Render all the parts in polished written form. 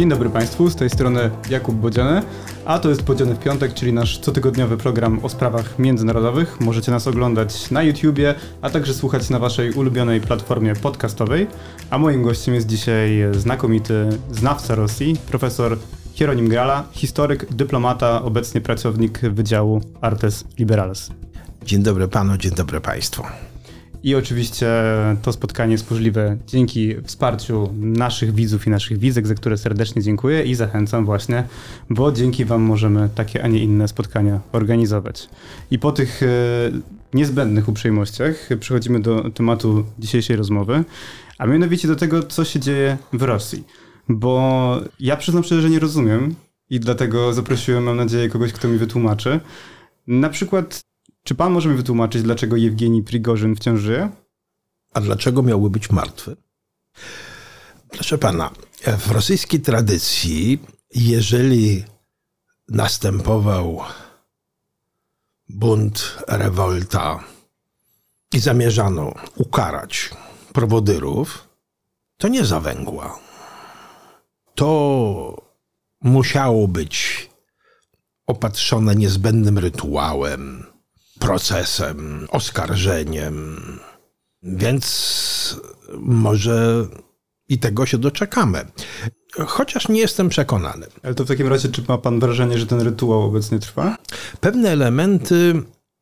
Dzień dobry Państwu, z tej strony Jakub Bodziany, a to jest Bodziany w piątek, czyli nasz cotygodniowy program o sprawach międzynarodowych. Możecie nas oglądać na YouTubie, a także słuchać na Waszej ulubionej platformie podcastowej. A moim gościem jest dzisiaj znakomity znawca Rosji, profesor Hieronim Grala, historyk, dyplomata, obecnie pracownik Wydziału Artes Liberales. Dzień dobry panu, dzień dobry państwu. I oczywiście to spotkanie jest możliwe dzięki wsparciu naszych widzów i naszych widzek, za które serdecznie dziękuję i zachęcam właśnie, bo dzięki wam możemy takie, a nie inne spotkania organizować. I po tych niezbędnych uprzejmościach przechodzimy do tematu dzisiejszej rozmowy, a mianowicie do tego, co się dzieje w Rosji. Bo ja przyznam szczerze, że nie rozumiem i dlatego zaprosiłem, mam nadzieję, kogoś, kto mi wytłumaczy. Na przykład, czy pan może mi wytłumaczyć, dlaczego Jewgenij Prigorzyn wciąż żyje? A dlaczego miałby być martwy? Proszę pana, w rosyjskiej tradycji, jeżeli następował bunt, rewolta i zamierzano ukarać prowodyrów, to nie za węgła. To musiało być opatrzone niezbędnym rytuałem, procesem, oskarżeniem, więc może i tego się doczekamy. Chociaż nie jestem przekonany. Ale to w takim razie, czy ma pan wrażenie, że ten rytuał obecnie trwa? Pewne elementy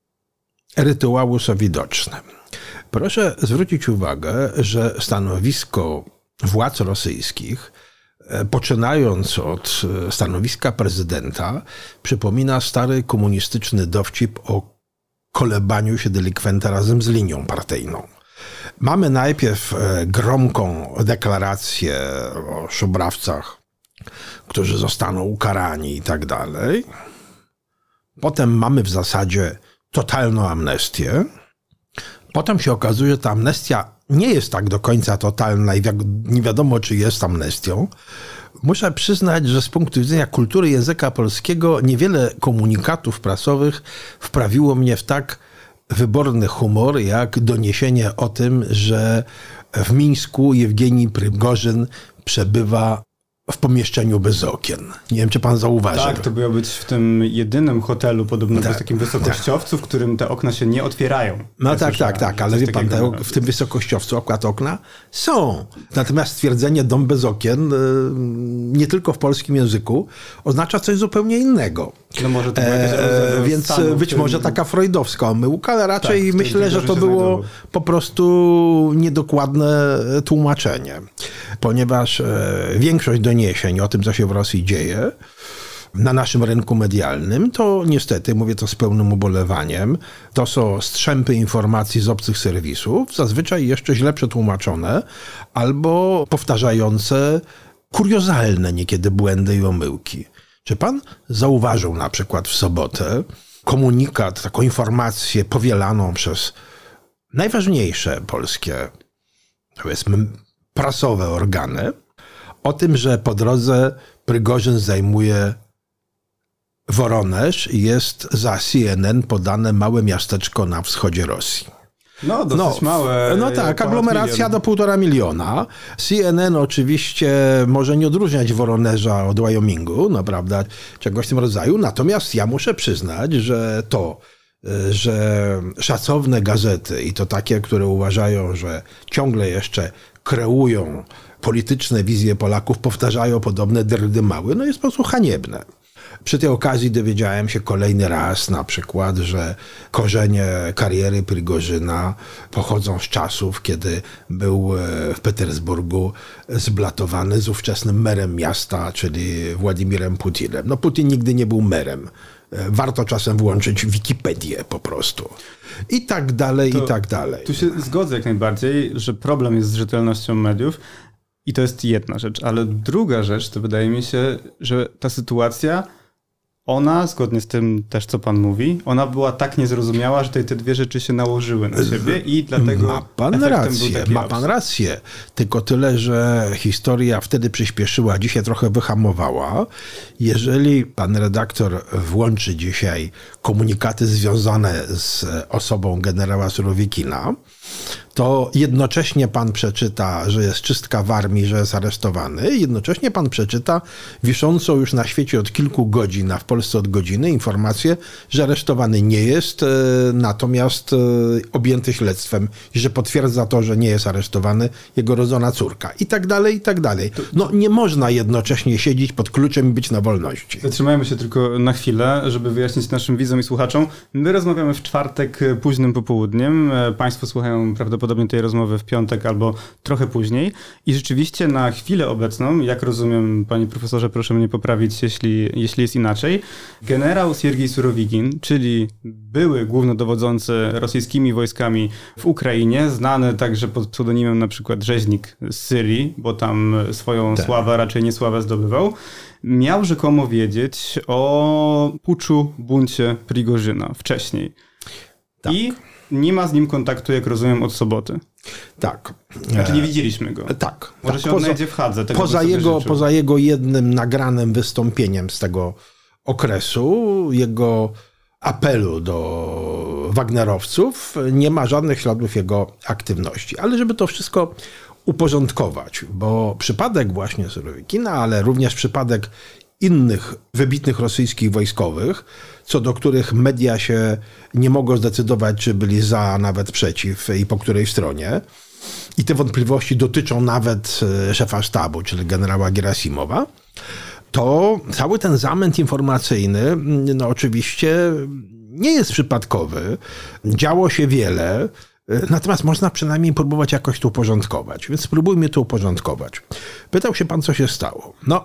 rytuału są widoczne. Proszę zwrócić uwagę, że stanowisko władz rosyjskich, poczynając od stanowiska prezydenta, przypomina stary komunistyczny dowcip o kolebaniu się delikwenta razem z linią partyjną. Mamy najpierw gromką deklarację o szubrawcach, którzy zostaną ukarani i tak dalej. Potem mamy w zasadzie totalną amnestię. Potem się okazuje, że ta amnestia nie jest tak do końca totalna i nie wiadomo, czy jest amnestią. Muszę przyznać, że z punktu widzenia kultury języka polskiego niewiele komunikatów prasowych wprawiło mnie w tak wyborny humor, jak doniesienie o tym, że w Mińsku Jewgenij Prigorzyn przebywa w pomieszczeniu bez okien. Nie wiem, czy pan zauważył. Tak, to miało być w tym jedynym hotelu, podobno w takim wysokościowcu, w którym te okna się nie otwierają. No tak, ale wie pan, w tym wysokościowcu akurat okna są. Natomiast stwierdzenie dom bez okien, nie tylko w polskim języku, oznacza coś zupełnie innego. No może to była jakaś więc stanu, być może taka freudowska omyłka, ale raczej tak, myślę, że to było po prostu niedokładne tłumaczenie. Ponieważ większość doniesień o tym, co się w Rosji dzieje na naszym rynku medialnym, to niestety, mówię to z pełnym ubolewaniem, to są strzępy informacji z obcych serwisów, zazwyczaj jeszcze źle przetłumaczone albo powtarzające kuriozalne niekiedy błędy i omyłki. Czy pan zauważył na przykład w sobotę komunikat, taką informację powielaną przez najważniejsze polskie, powiedzmy, prasowe organy o tym, że po drodze Prigorzyn zajmuje Woroneż i jest za CNN podane małe miasteczko na wschodzie Rosji. No, dosyć małe. No tak, aglomeracja do 1,5 miliona. CNN oczywiście może nie odróżniać Woroneża od Wyomingu, no prawda, czegoś w tym rodzaju. Natomiast ja muszę przyznać, że że szacowne gazety i to takie, które uważają, że ciągle jeszcze kreują polityczne wizje Polaków, powtarzają podobne dyrdymały, no jest po prostu haniebne. Przy tej okazji dowiedziałem się kolejny raz na przykład, że korzenie kariery Prigorzyna pochodzą z czasów, kiedy był w Petersburgu zblatowany z ówczesnym merem miasta, czyli Władimirem Putinem. No Putin nigdy nie był merem. Warto czasem włączyć Wikipedię po prostu. I tak dalej, i tak dalej. Tu się zgodzę jak najbardziej, że problem jest z rzetelnością mediów i to jest jedna rzecz. Ale druga rzecz to wydaje mi się, że ta sytuacja, ona, zgodnie z tym też, co pan mówi, ona była tak niezrozumiała, że te dwie rzeczy się nałożyły na siebie i dlatego ma pan rację. Tylko tyle, że historia wtedy przyspieszyła, dzisiaj trochę wyhamowała. Jeżeli pan redaktor włączy dzisiaj komunikaty związane z osobą generała Surowikina, to jednocześnie pan przeczyta, że jest czystka w armii, że jest aresztowany, jednocześnie pan przeczyta wiszącą już na świecie od kilku godzin, a w Polsce od godziny informację, że aresztowany nie jest, natomiast objęty śledztwem i że potwierdza to, że nie jest aresztowany jego rodzona córka i tak dalej, i tak dalej. No nie można jednocześnie siedzieć pod kluczem i być na wolności. Zatrzymajmy się tylko na chwilę, żeby wyjaśnić naszym widzom i słuchaczom. My rozmawiamy w czwartek późnym popołudniem. Państwo słuchają prawdopodobnie tej rozmowy w piątek albo trochę później. I rzeczywiście na chwilę obecną, jak rozumiem, panie profesorze, proszę mnie poprawić, jeśli jest inaczej, generał Siergiej Surowigin, czyli były głównodowodzący rosyjskimi wojskami w Ukrainie, znany także pod pseudonimem na przykład Rzeźnik z Syrii, bo tam swoją sławę, raczej niesławę zdobywał, miał rzekomo wiedzieć o puczu, buncie Prigorzyna wcześniej. Tak. I nie ma z nim kontaktu, jak rozumiem, od soboty. Tak. Znaczy nie widzieliśmy go. Tak. Może się odnajdzie w Hadze. Poza jego jednym nagranym wystąpieniem z tego okresu, jego apelu do wagnerowców, nie ma żadnych śladów jego aktywności. Ale żeby to wszystko uporządkować, bo przypadek właśnie Surowikina, ale również przypadek innych wybitnych rosyjskich wojskowych, co do których media się nie mogą zdecydować, czy byli za, a nawet przeciw i po której stronie. I te wątpliwości dotyczą nawet szefa sztabu, czyli generała Gerasimowa. To cały ten zamęt informacyjny, no oczywiście nie jest przypadkowy. Działo się wiele. Natomiast można przynajmniej próbować jakoś to uporządkować. Więc spróbujmy to uporządkować. Pytał się pan, co się stało. No,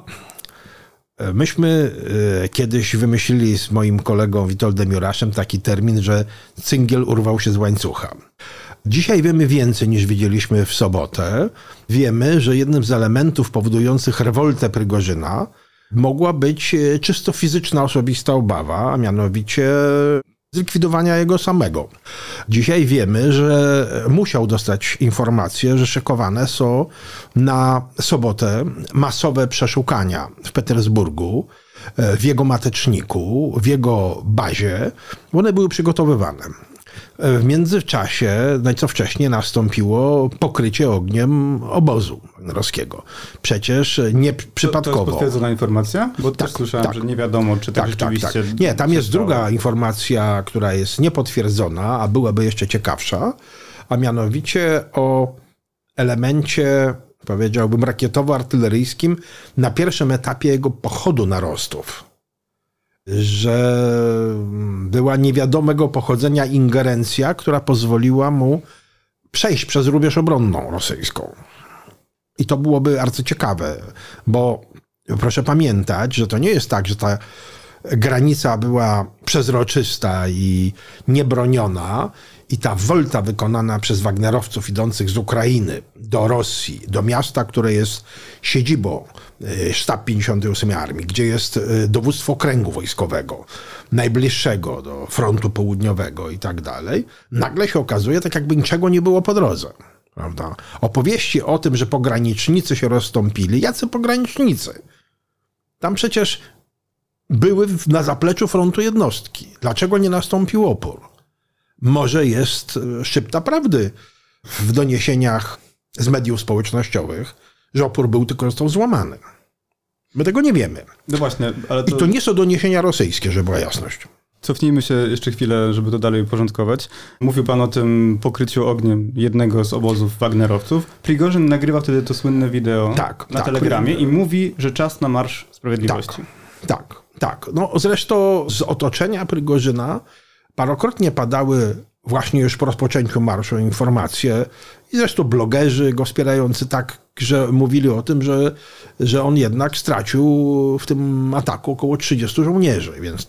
myśmy kiedyś wymyślili z moim kolegą Witoldem Juraszem taki termin, że cyngiel urwał się z łańcucha. Dzisiaj wiemy więcej niż wiedzieliśmy w sobotę. Wiemy, że jednym z elementów powodujących rewoltę Prygorzyna mogła być czysto fizyczna, osobista obawa, a mianowicie zlikwidowania jego samego. Dzisiaj wiemy, że musiał dostać informację, że szykowane są na sobotę masowe przeszukania w Petersburgu, w jego mateczniku, w jego bazie. One były przygotowywane. W międzyczasie, co wcześniej nastąpiło pokrycie ogniem obozu wagnerowskiego. Przecież nie przypadkowo. To jest potwierdzona informacja? Bo też słyszałem, że nie wiadomo, czy tak rzeczywiście... Tak. Nie, tam jest druga informacja, która jest niepotwierdzona, a byłaby jeszcze ciekawsza, a mianowicie o elemencie, powiedziałbym, rakietowo-artyleryjskim na pierwszym etapie jego pochodu na Rostów. Że była niewiadomego pochodzenia ingerencja, która pozwoliła mu przejść przez rubież obronną rosyjską. I to byłoby arcyciekawe, bo proszę pamiętać, że to nie jest tak, że ta granica była przezroczysta i niebroniona i ta wolta wykonana przez wagnerowców idących z Ukrainy do Rosji, do miasta, które jest siedzibą sztab 58 Armii, gdzie jest dowództwo okręgu wojskowego, najbliższego do frontu południowego i tak dalej, nagle się okazuje, tak jakby niczego nie było po drodze. Prawda? Opowieści o tym, że pogranicznicy się rozstąpili. Jacy pogranicznicy? Tam przecież były na zapleczu frontu jednostki. Dlaczego nie nastąpił opór? Może jest szczypta prawdy w doniesieniach z mediów społecznościowych, że opór był, tylko został złamany. My tego nie wiemy. No właśnie, ale I to nie są doniesienia rosyjskie, żeby była jasność. Cofnijmy się jeszcze chwilę, żeby to dalej uporządkować. Mówił pan o tym pokryciu ogniem jednego z obozów wagnerowców. Prigorzyn nagrywa wtedy to słynne wideo na Telegramie i mówi, że czas na Marsz Sprawiedliwości. Tak. No zresztą z otoczenia Prigorzyna parokrotnie padały właśnie już po rozpoczęciu marszu informacje i zresztą blogerzy go wspierający tak, że mówili o tym, że on jednak stracił w tym ataku około 30 żołnierzy, więc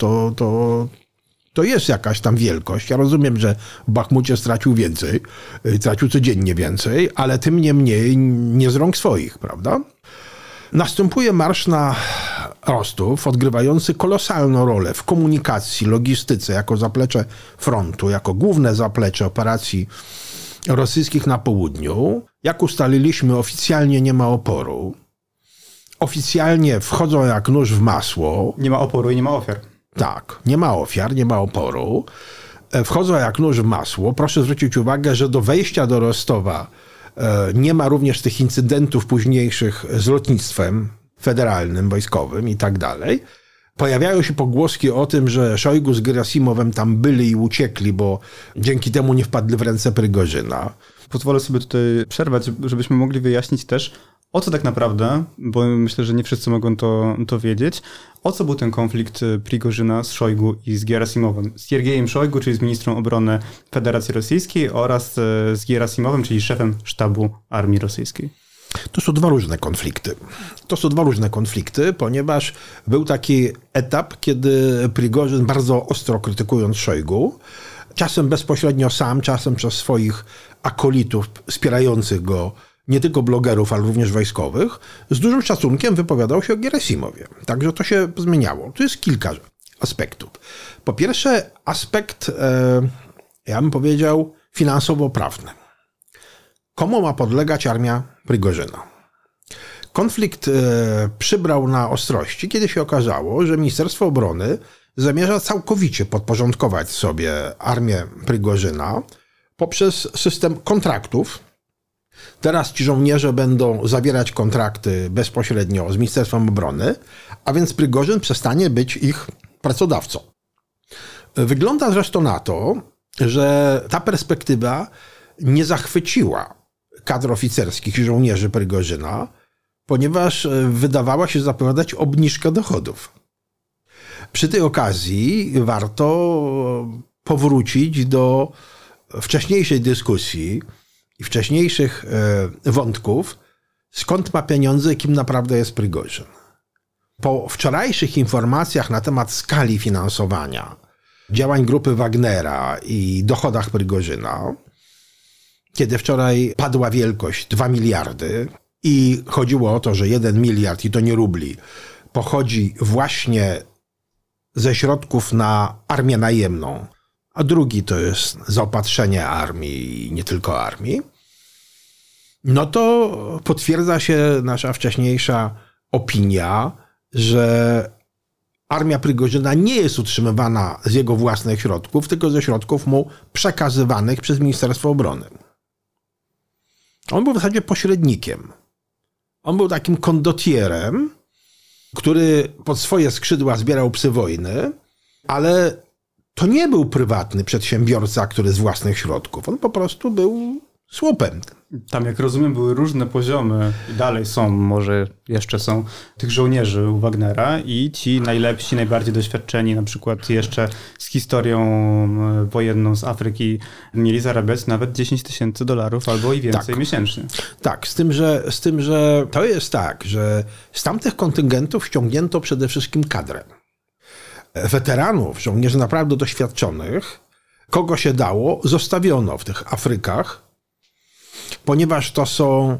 to jest jakaś tam wielkość. Ja rozumiem, że w Bachmucie stracił więcej, stracił codziennie więcej, ale tym niemniej nie z rąk swoich, prawda? Następuje marsz na Rostów, odgrywający kolosalną rolę w komunikacji, logistyce, jako zaplecze frontu, jako główne zaplecze operacji rosyjskich na południu. Jak ustaliliśmy, oficjalnie nie ma oporu. Oficjalnie wchodzą jak nóż w masło. Nie ma oporu i nie ma ofiar. Tak, nie ma ofiar, nie ma oporu. wchodzą jak nóż w masło. Proszę zwrócić uwagę, że do wejścia do Rostowa nie ma również tych incydentów późniejszych z lotnictwem federalnym, wojskowym i tak dalej. Pojawiają się pogłoski o tym, że Szojgu z Gerasimowem tam byli i uciekli, bo dzięki temu nie wpadli w ręce Prygorzyna. Pozwolę sobie tutaj przerwać, żebyśmy mogli wyjaśnić też, o co tak naprawdę, bo myślę, że nie wszyscy mogą to wiedzieć, o co był ten konflikt Prigorzyna z Szojgu i z Gerasimowem. Z Siergiejem Szojgu, czyli z ministrem obrony Federacji Rosyjskiej, oraz z Gerasimowem, czyli szefem sztabu armii rosyjskiej. To są dwa różne konflikty, ponieważ był taki etap, kiedy Prigorzyn, bardzo ostro krytykując Szojgu, czasem bezpośrednio sam, czasem przez swoich akolitów wspierających go, nie tylko blogerów, ale również wojskowych, z dużym szacunkiem wypowiadał się o Gerasimowie. Także to się zmieniało. Tu jest kilka aspektów. Po pierwsze, aspekt, ja bym powiedział, finansowo-prawny. Komu ma podlegać armia Prigorzyna? Konflikt przybrał na ostrości, kiedy się okazało, że Ministerstwo Obrony zamierza całkowicie podporządkować sobie armię Prigorzyna poprzez system kontraktów. Teraz ci żołnierze będą zawierać kontrakty bezpośrednio z Ministerstwem Obrony, a więc Prigorzyn przestanie być ich pracodawcą. Wygląda zresztą na to, że ta perspektywa nie zachwyciła kadr oficerskich i żołnierzy Prigorzyna, ponieważ wydawała się zapowiadać obniżkę dochodów. Przy tej okazji warto powrócić do wcześniejszej dyskusji i wcześniejszych wątków, skąd ma pieniądze i kim naprawdę jest Prigorzyn. Po wczorajszych informacjach na temat skali finansowania działań grupy Wagnera i dochodach Prigorzyna, kiedy wczoraj padła wielkość 2 miliardy i chodziło o to, że 1 miliard, i to nie rubli, pochodzi właśnie ze środków na armię najemną, a drugi to jest zaopatrzenie armii i nie tylko armii, no to potwierdza się nasza wcześniejsza opinia, że armia Prigorzyna nie jest utrzymywana z jego własnych środków, tylko ze środków mu przekazywanych przez Ministerstwo Obrony. On był w zasadzie pośrednikiem. On był takim kondotierem, który pod swoje skrzydła zbierał psy wojny, ale to nie był prywatny przedsiębiorca, który z własnych środków. On po prostu był słupem. Tam, jak rozumiem, były różne poziomy i dalej są, może jeszcze są, tych żołnierzy u Wagnera i ci najlepsi, najbardziej doświadczeni, na przykład jeszcze z historią wojenną z Afryki, mieli zarabiać nawet $10,000 albo i więcej miesięcznie. Tak, z tym, że to jest tak, że z tamtych kontyngentów ściągnięto przede wszystkim kadrę. Weteranów, żołnierzy naprawdę doświadczonych, kogo się dało, zostawiono w tych Afrykach, ponieważ to są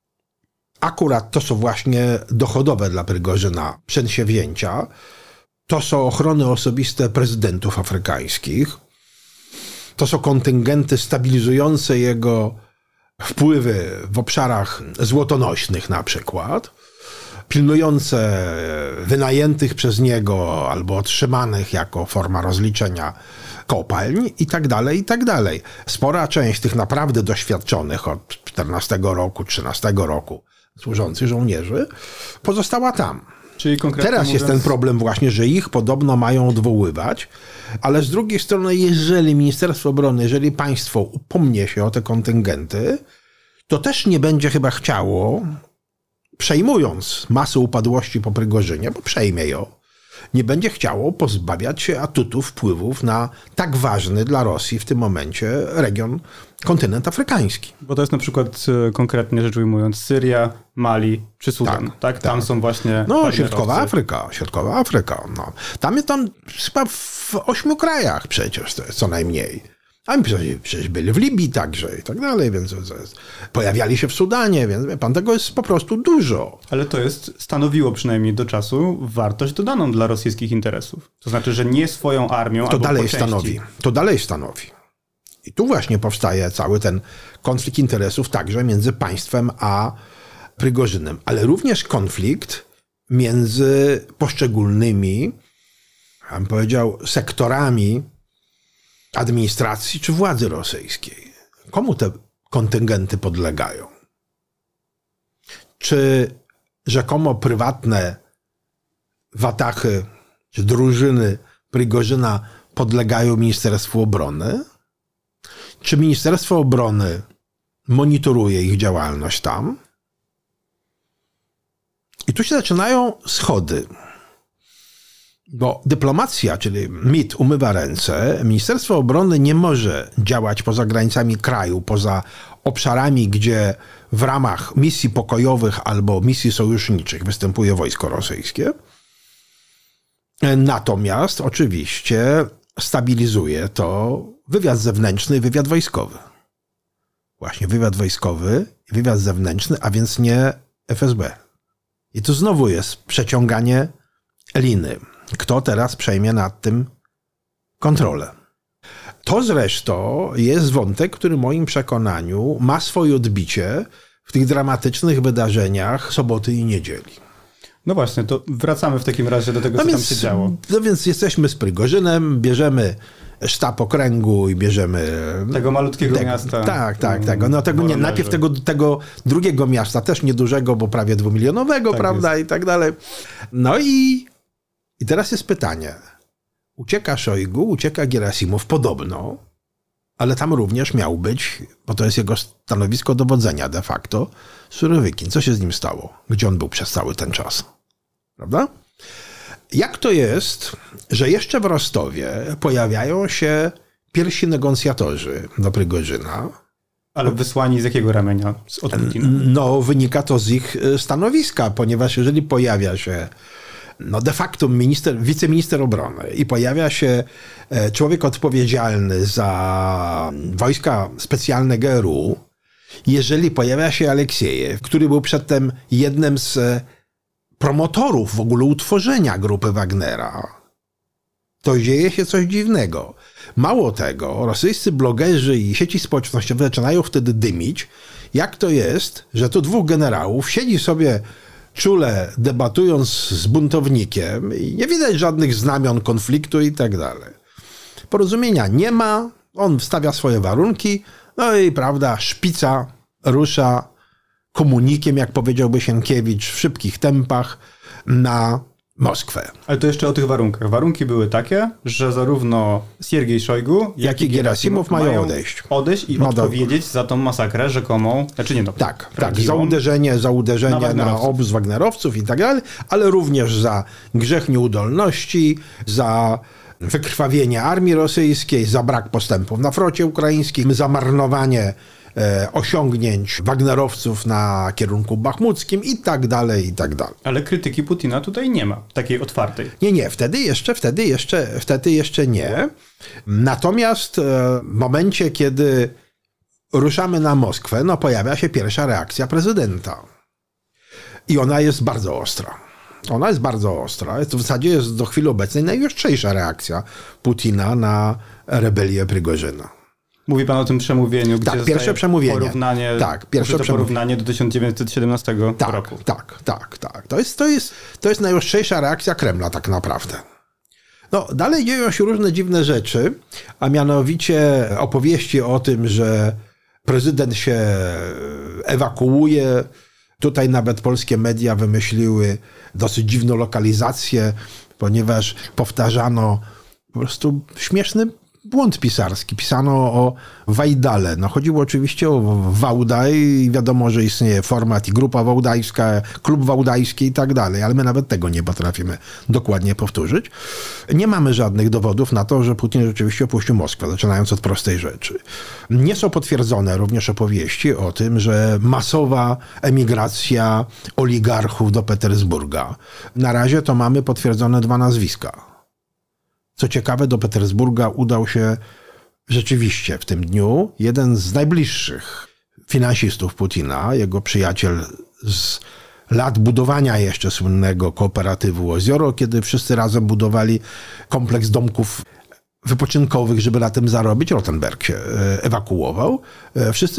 właśnie dochodowe dla Prigorzyna przedsięwzięcia. To są ochrony osobiste prezydentów afrykańskich. To są kontyngenty stabilizujące jego wpływy w obszarach złotonośnych na przykład, pilnujące wynajętych przez niego albo otrzymanych jako forma rozliczenia kopalń i tak dalej, i tak dalej. Spora część tych naprawdę doświadczonych od 14 roku, 13 roku służących żołnierzy pozostała tam. Czyli konkretnie teraz jest ten problem właśnie, że ich podobno mają odwoływać, ale z drugiej strony, jeżeli Ministerstwo Obrony, jeżeli państwo upomnie się o te kontyngenty, to też nie będzie chyba chciało, przejmując masę upadłości po Prigorzynie, bo przejmie ją, nie będzie chciało pozbawiać się atutów, wpływów na tak ważny dla Rosji w tym momencie region, kontynent afrykański. Bo to jest na przykład, konkretnie rzecz ujmując, Syria, Mali czy Sudan, tak? Tam są właśnie... No, Środkowa Afryka. No. Tam chyba w 8 krajach przecież, to jest co najmniej. A przecież byli w Libii także i tak dalej, więc pojawiali się w Sudanie, więc wie pan, tego jest po prostu dużo. Ale to stanowiło przynajmniej do czasu wartość dodaną dla rosyjskich interesów. To znaczy, że nie swoją armią To dalej stanowi. I tu właśnie powstaje cały ten konflikt interesów także między państwem a Prigorzynem, ale również konflikt między poszczególnymi, ja bym powiedział, sektorami administracji czy władzy rosyjskiej. Komu te kontyngenty podlegają? Czy rzekomo prywatne watachy czy drużyny Prigorzyna podlegają Ministerstwu Obrony? Czy Ministerstwo Obrony monitoruje ich działalność tam? I tu się zaczynają schody. Bo dyplomacja, czyli MIT, umywa ręce. Ministerstwo Obrony nie może działać poza granicami kraju, poza obszarami, gdzie w ramach misji pokojowych albo misji sojuszniczych występuje wojsko rosyjskie. Natomiast oczywiście stabilizuje to wywiad zewnętrzny i wywiad wojskowy. Właśnie wywiad wojskowy i wywiad zewnętrzny, a więc nie FSB. I tu znowu jest przeciąganie liny. Kto teraz przejmie nad tym kontrolę? To zresztą jest wątek, który w moim przekonaniu ma swoje odbicie w tych dramatycznych wydarzeniach soboty i niedzieli. No właśnie, to wracamy w takim razie do tego, co tam się działo. No więc jesteśmy z Prigorzynem, bierzemy sztab okręgu i bierzemy... Tego malutkiego miasta. Tak. No najpierw tego drugiego miasta, też niedużego, bo prawie 2-milionowego, tak, prawda, jest. I tak dalej. No i teraz jest pytanie. Ucieka Szojgu, ucieka Gerasimow podobno, ale tam również miał być, bo to jest jego stanowisko dowodzenia de facto, Surowikin. Co się z nim stało? Gdzie on był przez cały ten czas? Prawda? Jak to jest, że jeszcze w Rostowie pojawiają się pierwsi negocjatorzy do Prigorzyna? Ale wysłani z jakiego ramienia? Od Putina? No, wynika to z ich stanowiska, ponieważ jeżeli pojawia się de facto wiceminister obrony i pojawia się człowiek odpowiedzialny za wojska specjalne GRU, jeżeli pojawia się Aleksiejew, który był przedtem jednym z promotorów w ogóle utworzenia grupy Wagnera, to dzieje się coś dziwnego. Mało tego, rosyjscy blogerzy i sieci społecznościowe zaczynają wtedy dymić, jak to jest, że tu dwóch generałów siedzi sobie czule debatując z buntownikiem i nie widać żadnych znamion konfliktu i tak dalej. Porozumienia nie ma, on wstawia swoje warunki, no i prawda, szpica rusza komunikiem, jak powiedziałby Sienkiewicz, w szybkich tempach na Moskwę. Ale to jeszcze o tych warunkach. Warunki były takie, że zarówno Siergiej Szojgu, jak i Gerasimow mają odejść i odpowiedzieć za tą masakrę rzekomą, Tak, za uderzenie na obóz wagnerowców i tak dalej, ale również za grzech nieudolności, za wykrwawienie armii rosyjskiej, za brak postępów na froncie ukraińskim, za marnowanie osiągnięć wagnerowców na kierunku bachmuckim i tak dalej, i tak dalej. Ale krytyki Putina tutaj nie ma, takiej otwartej. Nie, wtedy jeszcze nie. Natomiast w momencie, kiedy ruszamy na Moskwę, pojawia się pierwsza reakcja prezydenta. I ona jest bardzo ostra. To w zasadzie jest do chwili obecnej najostrzejsza reakcja Putina na rebelię Prigorzyna. Mówi pan o tym przemówieniu, gdzie pierwsze przemówienie. Porównanie do 1917 roku. Tak. To jest najostrzejsza reakcja Kremla tak naprawdę. Dalej dzieją się różne dziwne rzeczy, a mianowicie opowieści o tym, że prezydent się ewakuuje. Tutaj nawet polskie media wymyśliły dosyć dziwną lokalizację, ponieważ powtarzano po prostu śmieszny błąd pisarski. Pisano o Wajdale. Chodziło oczywiście o Wałdaj. Wiadomo, że istnieje format i grupa wałdajska, klub wałdajski i tak dalej, ale my nawet tego nie potrafimy dokładnie powtórzyć. Nie mamy żadnych dowodów na to, że Putin rzeczywiście opuścił Moskwę, zaczynając od prostej rzeczy. Nie są potwierdzone również opowieści o tym, że masowa emigracja oligarchów do Petersburga. Na razie to mamy potwierdzone 2 nazwiska. Co ciekawe, do Petersburga udał się rzeczywiście w tym dniu jeden z najbliższych finansistów Putina, jego przyjaciel z lat budowania jeszcze słynnego kooperatywu Ozioro, kiedy wszyscy razem budowali kompleks domków wypoczynkowych, żeby na tym zarobić. Rottenberg się ewakuował. Wszyscy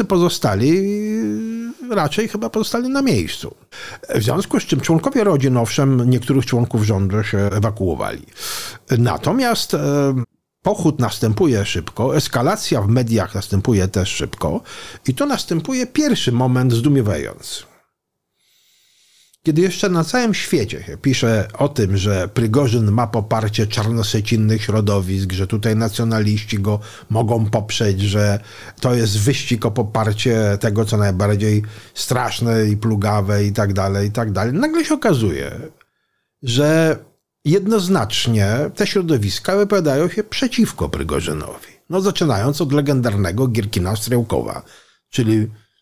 raczej chyba pozostali na miejscu. W związku z czym członkowie rodzin, owszem, niektórych członków rządu się ewakuowali. Natomiast pochód następuje szybko, eskalacja w mediach następuje też szybko i tu następuje pierwszy moment zdumiewający. Kiedy jeszcze na całym świecie się pisze o tym, że Prigorzyn ma poparcie czarnosecinnych środowisk, że tutaj nacjonaliści go mogą poprzeć, że to jest wyścig o poparcie tego, co najbardziej straszne i plugawe i tak dalej, nagle się okazuje, że jednoznacznie te środowiska wypowiadają się przeciwko Prigorzynowi. No, zaczynając od legendarnego Gierkina Strzałkowa, czyli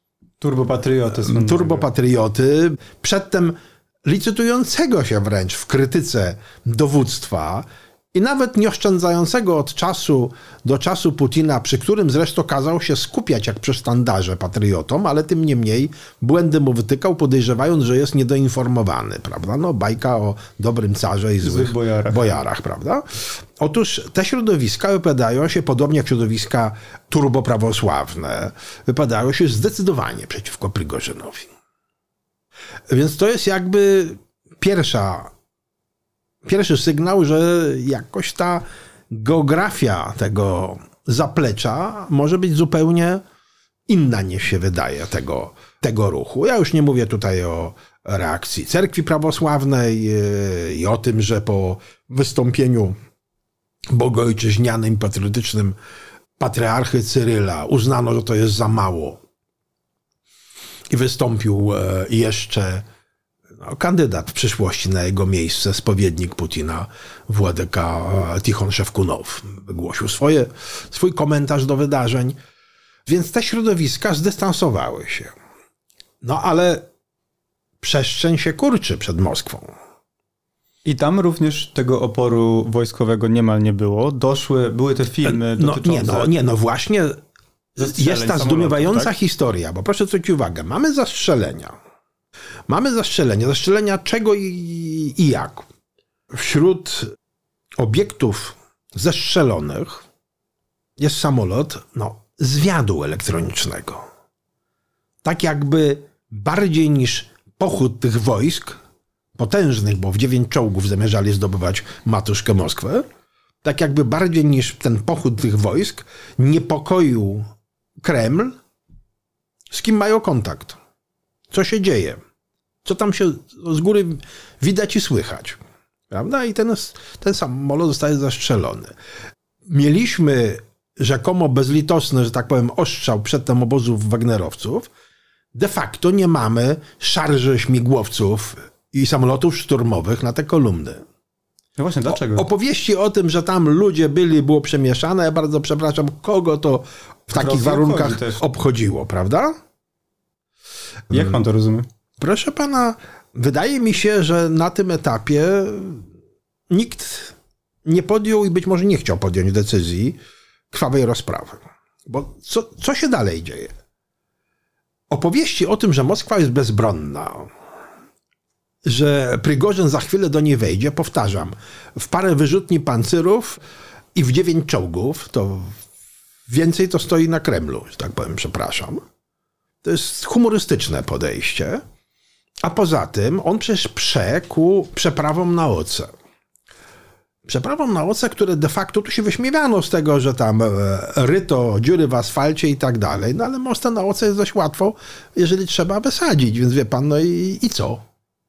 turbopatrioty, przedtem licytującego się wręcz w krytyce dowództwa i nawet nie oszczędzającego od czasu do czasu Putina, przy którym zresztą kazał się skupiać jak przy sztandarze patriotom, ale tym niemniej błędy mu wytykał, podejrzewając, że jest niedoinformowany, prawda? No, bajka o dobrym carze i złych bojarach, prawda? Otóż te środowiska wypowiadają się, podobnie jak środowiska turboprawosławne, wypowiadają się zdecydowanie przeciwko Prigorzynowi. Więc to jest jakby pierwszy sygnał, że jakoś ta geografia tego zaplecza może być zupełnie inna niż się wydaje tego ruchu. Ja już nie mówię tutaj o reakcji cerkwi prawosławnej i o tym, że po wystąpieniu bogojczyźnianym, patriotycznym patriarchy Cyryla uznano, że to jest za mało. I wystąpił jeszcze kandydat w przyszłości na jego miejsce, spowiednik Putina, Władyka Tichon Szewkunow. Wygłosił swój komentarz do wydarzeń. Więc te środowiska zdystansowały się. No ale przestrzeń się kurczy przed Moskwą. I tam również tego oporu wojskowego niemal nie było. Były te filmy dotyczące... No właśnie jest ta zdumiewająca tak? historia, bo proszę zwrócić uwagę, mamy zastrzelenia. Zastrzelenia czego i jak. Wśród obiektów zestrzelonych jest samolot zwiadu elektronicznego. Tak jakby bardziej niż pochód tych wojsk, potężnych, bo w 9 czołgów zamierzali zdobywać matuszkę Moskwę, tak jakby bardziej niż ten pochód tych wojsk niepokoił Kreml, z kim mają kontakt. Co się dzieje? Co tam się z góry widać i słychać. Prawda? I ten samolot zostaje zastrzelony. Mieliśmy rzekomo bezlitosny, że tak powiem, ostrzał przedtem obozów wagnerowców. De facto nie mamy szarży śmigłowców i samolotów szturmowych na te kolumny. No właśnie, dlaczego? Opowieści o tym, że tam ludzie było przemieszane, ja bardzo przepraszam, kogo to w takich warunkach obchodziło, prawda? Jak pan to rozumie? Proszę pana, wydaje mi się, że na tym etapie nikt nie podjął i być może nie chciał podjąć decyzji krwawej rozprawy. Bo co się dalej dzieje? Opowieści o tym, że Moskwa jest bezbronna, że Prigorzyn za chwilę do niej wejdzie, powtarzam, w parę wyrzutni pancyrów i w 9 czołgów, to więcej to stoi na Kremlu, że tak powiem, przepraszam. To jest humorystyczne podejście. A poza tym on przecież ku przeprawom na Oce. Przeprawom na Oce, które de facto tu się wyśmiewano z tego, że tam ryto dziury w asfalcie i tak dalej. No ale most na Oce jest dość łatwo, jeżeli trzeba wysadzić. Więc wie pan, no i co?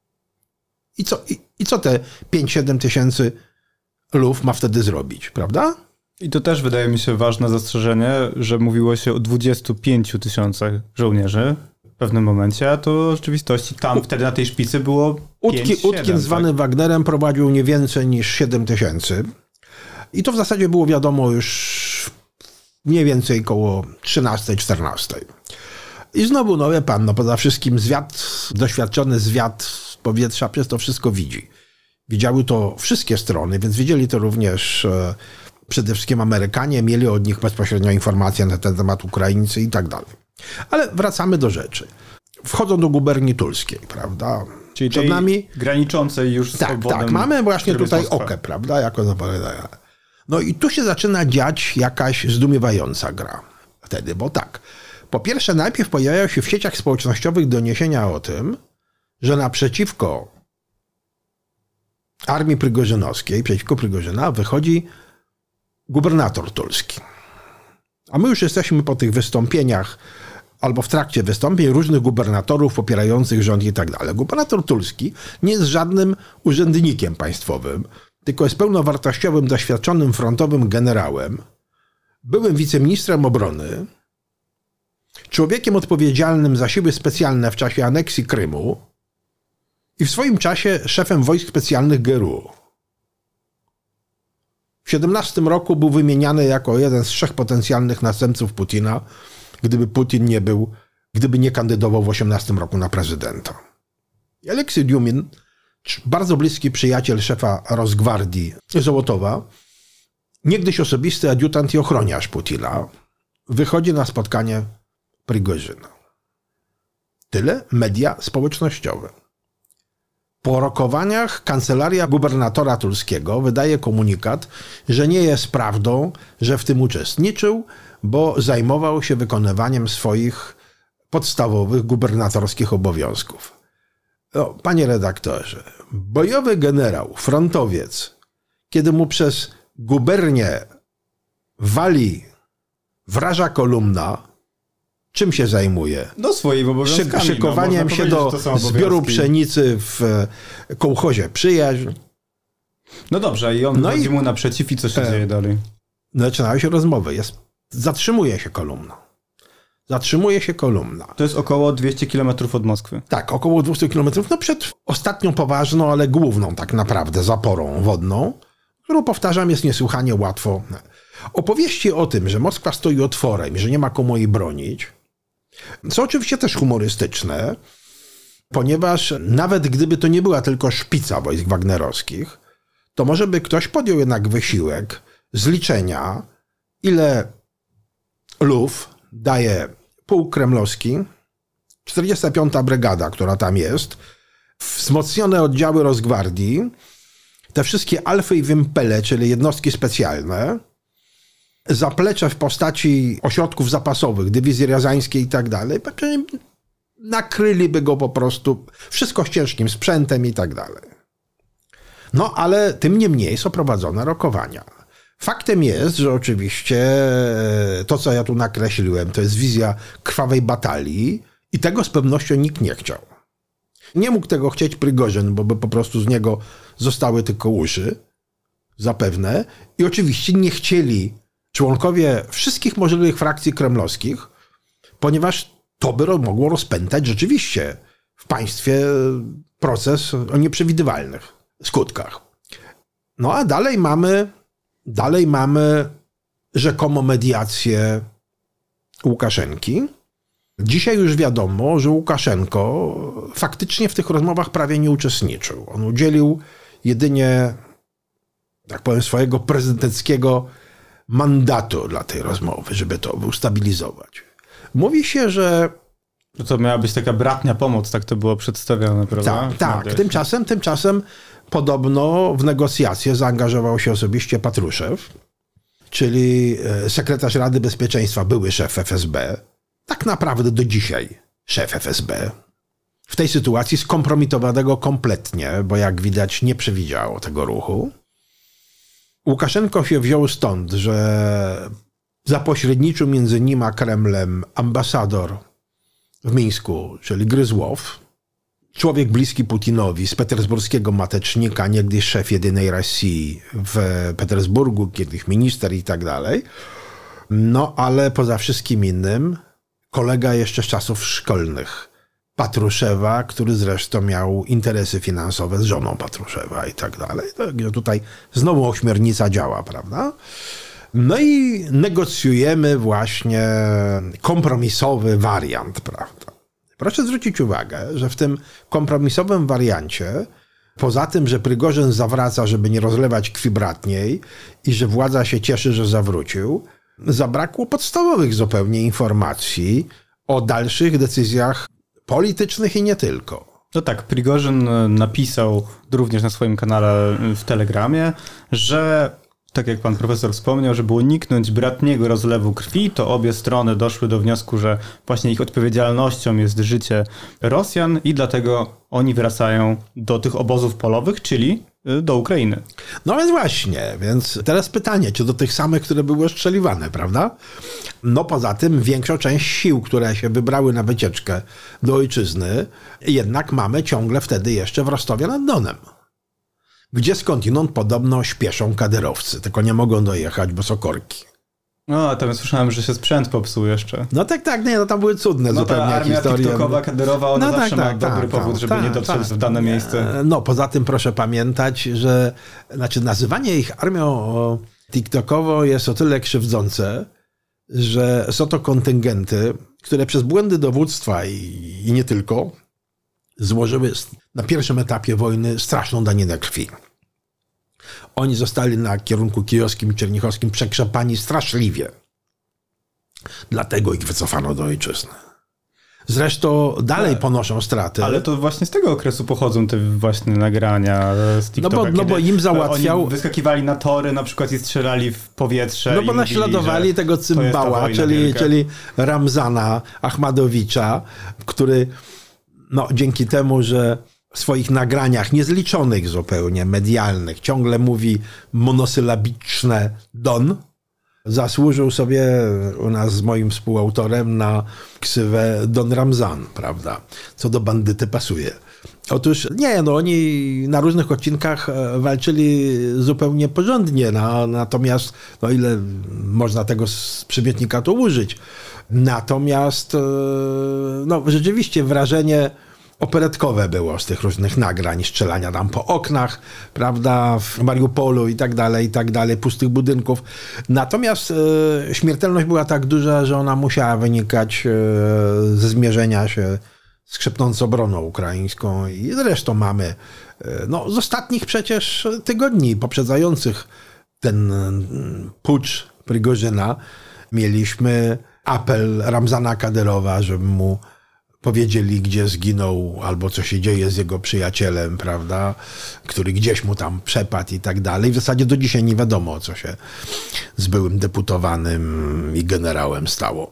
I co te 5-7 tysięcy luf ma wtedy zrobić, prawda? I to też wydaje mi się ważne zastrzeżenie, że mówiło się o 25 tysiącach żołnierzy w pewnym momencie, a to w rzeczywistości tam wtedy na tej szpicy było 5-7. Utkin zwany Wagnerem prowadził nie więcej niż 7 tysięcy. I to w zasadzie było wiadomo już mniej więcej koło 13-14. I znowu, wie pan, poza wszystkim doświadczony zwiad z powietrza przez to wszystko widzi. Widziały to wszystkie strony, więc widzieli to również przede wszystkim Amerykanie, mieli od nich bezpośrednio informacje na ten temat Ukraińcy i tak dalej. Ale wracamy do rzeczy. Wchodzą do guberni tulskiej, prawda? Czyli przed nami graniczącej już z obwodem. Tak, mamy właśnie tutaj Okę, prawda? Jako zapowiadania. No i tu się zaczyna dziać jakaś zdumiewająca gra. Wtedy, bo tak. Po pierwsze, najpierw pojawiają się w sieciach społecznościowych doniesienia o tym, że naprzeciwko armii Prigorzynowskiej, przeciwko Prigorzyna wychodzi gubernator tulski. A my już jesteśmy po tych wystąpieniach albo w trakcie wystąpień różnych gubernatorów popierających rząd i tak dalej. Gubernator tulski nie jest żadnym urzędnikiem państwowym, tylko jest pełnowartościowym, doświadczonym frontowym generałem, byłym wiceministrem obrony, człowiekiem odpowiedzialnym za siły specjalne w czasie aneksji Krymu i w swoim czasie szefem wojsk specjalnych GRU. W 17 roku był wymieniany jako jeden z 3 potencjalnych następców Putina, gdyby nie kandydował w 18 roku na prezydenta. I Aleksej Djumin, bardzo bliski przyjaciel szefa Rosgwardii Zołotowa, niegdyś osobisty adiutant i ochroniarz Putina, wychodzi na spotkanie Prigorzyna. Tyle media społecznościowe. Po rokowaniach kancelaria gubernatora tulskiego wydaje komunikat, że nie jest prawdą, że w tym uczestniczył, bo zajmował się wykonywaniem swoich podstawowych gubernatorskich obowiązków. Panie redaktorze, bojowy generał, frontowiec, kiedy mu przez gubernię wali wraża kolumna, czym się zajmuje? No swoimi obowiązkami. Szykowaniem się do zbioru pszenicy w kołchozie Przyjaźń. No dobrze, i on chodzi mu naprzeciw i co się dzieje dalej? Zaczynają się rozmowy. Zatrzymuje się kolumna. To jest około 200 km od Moskwy. Tak, około 200 km. No przed ostatnią poważną, ale główną tak naprawdę zaporą wodną, którą, powtarzam, jest niesłychanie łatwo. Opowieści o tym, że Moskwa stoi otworem i że nie ma komu jej bronić, są oczywiście też humorystyczne, ponieważ nawet gdyby to nie była tylko szpica wojsk wagnerowskich, to może by ktoś podjął jednak wysiłek zliczenia, ile luf daje pułk kremlowski, 45. brygada, która tam jest, wzmocnione oddziały Rosgwardii, te wszystkie alfy i wimpele, czyli jednostki specjalne, zaplecze w postaci ośrodków zapasowych, dywizji riazańskiej i tak dalej, nakryliby go po prostu, wszystko z ciężkim sprzętem i tak dalej. No ale tym niemniej są prowadzone rokowania. Faktem jest, że oczywiście to, co ja tu nakreśliłem, to jest wizja krwawej batalii i tego z pewnością nikt nie chciał. Nie mógł tego chcieć Prigorzyn, bo by po prostu z niego zostały tylko uszy, zapewne. I oczywiście nie chcieli członkowie wszystkich możliwych frakcji kremlowskich, ponieważ to by mogło rozpętać rzeczywiście w państwie proces o nieprzewidywalnych skutkach. No a dalej mamy rzekomo mediację Łukaszenki. Dzisiaj już wiadomo, że Łukaszenko faktycznie w tych rozmowach prawie nie uczestniczył. On udzielił jedynie, tak powiem, swojego prezydenckiego mandatu dla tej rozmowy, żeby to ustabilizować. Mówi się, że... To miała być taka bratnia pomoc, tak to było przedstawione, prawda? Tak. Tymczasem podobno w negocjacje zaangażował się osobiście Patruszew, czyli sekretarz Rady Bezpieczeństwa, były szef FSB, tak naprawdę do dzisiaj szef FSB. W tej sytuacji skompromitowanego kompletnie, bo jak widać nie przewidział tego ruchu. Łukaszenko się wziął stąd, że zapośredniczył między nim a Kremlem ambasador w Mińsku, czyli Gryzłow, człowiek bliski Putinowi, z petersburskiego matecznika, niegdyś szef jedynej Rosji w Petersburgu, kiedyś minister i tak dalej. No ale poza wszystkim innym kolega jeszcze z czasów szkolnych Patruszewa, który zresztą miał interesy finansowe z żoną Patruszewa i tak dalej. Tutaj znowu ośmiornica działa, prawda? No i negocjujemy właśnie kompromisowy wariant, prawda? Proszę zwrócić uwagę, że w tym kompromisowym wariancie, poza tym, że Prigorzyn zawraca, żeby nie rozlewać krwi bratniej i że władza się cieszy, że zawrócił, zabrakło podstawowych zupełnie informacji o dalszych decyzjach politycznych i nie tylko. No tak, Prigorzyn napisał również na swoim kanale w Telegramie, że tak jak pan profesor wspomniał, żeby uniknąć bratniego rozlewu krwi, to obie strony doszły do wniosku, że właśnie ich odpowiedzialnością jest życie Rosjan i dlatego oni wracają do tych obozów polowych, czyli do Ukrainy. No więc właśnie, więc teraz pytanie, czy do tych samych, które były ostrzeliwane, prawda? No poza tym większa część sił, które się wybrały na wycieczkę do ojczyzny, jednak mamy ciągle wtedy jeszcze w Rostowie nad Donem, gdzie skądinąd podobno śpieszą kadyrowcy, tylko nie mogą dojechać, bo są korki. No, tam słyszałem, że się sprzęt popsuł jeszcze. No tak, nie, no tam były cudne zupełnie ta armia historie. TikTokowa, kadyrowa, ona zawsze ma dobry powód, żeby nie dotrzeć w dane miejsce. No, poza tym proszę pamiętać, że nazywanie ich armią TikTokową jest o tyle krzywdzące, że są to kontyngenty, które przez błędy dowództwa i nie tylko złożyły na pierwszym etapie wojny straszną daninę krwi. Oni zostali na kierunku kijowskim i czernichowskim przekrzepani straszliwie. Dlatego ich wycofano do ojczyzny. Zresztą dalej ponoszą straty. Ale to właśnie z tego okresu pochodzą te właśnie nagrania z TikToka. No bo im załatwiał... Oni wyskakiwali na tory na przykład i strzelali w powietrze. No bo naśladowali tego cymbała, czyli Ramzana Achmadowicza, który dzięki temu, że w swoich nagraniach niezliczonych zupełnie, medialnych, ciągle mówi monosylabiczne Don, zasłużył sobie u nas z moim współautorem na ksywę Don Ramzan, prawda? Co do bandyty pasuje. Otóż oni na różnych odcinkach walczyli zupełnie porządnie, natomiast, ile można tego przymiotnika tu użyć, natomiast rzeczywiście wrażenie operetkowe było z tych różnych nagrań, strzelania tam po oknach, prawda, w Mariupolu i tak dalej, pustych budynków. Natomiast śmiertelność była tak duża, że ona musiała wynikać ze zmierzenia się z krzepnącą obroną ukraińską i zresztą mamy z ostatnich przecież tygodni poprzedzających ten pucz Prigorzyna mieliśmy apel Ramzana Kadyrowa, żeby mu powiedzieli, gdzie zginął, albo co się dzieje z jego przyjacielem, prawda, który gdzieś mu tam przepadł i tak dalej. W zasadzie do dzisiaj nie wiadomo, co się z byłym deputowanym i generałem stało.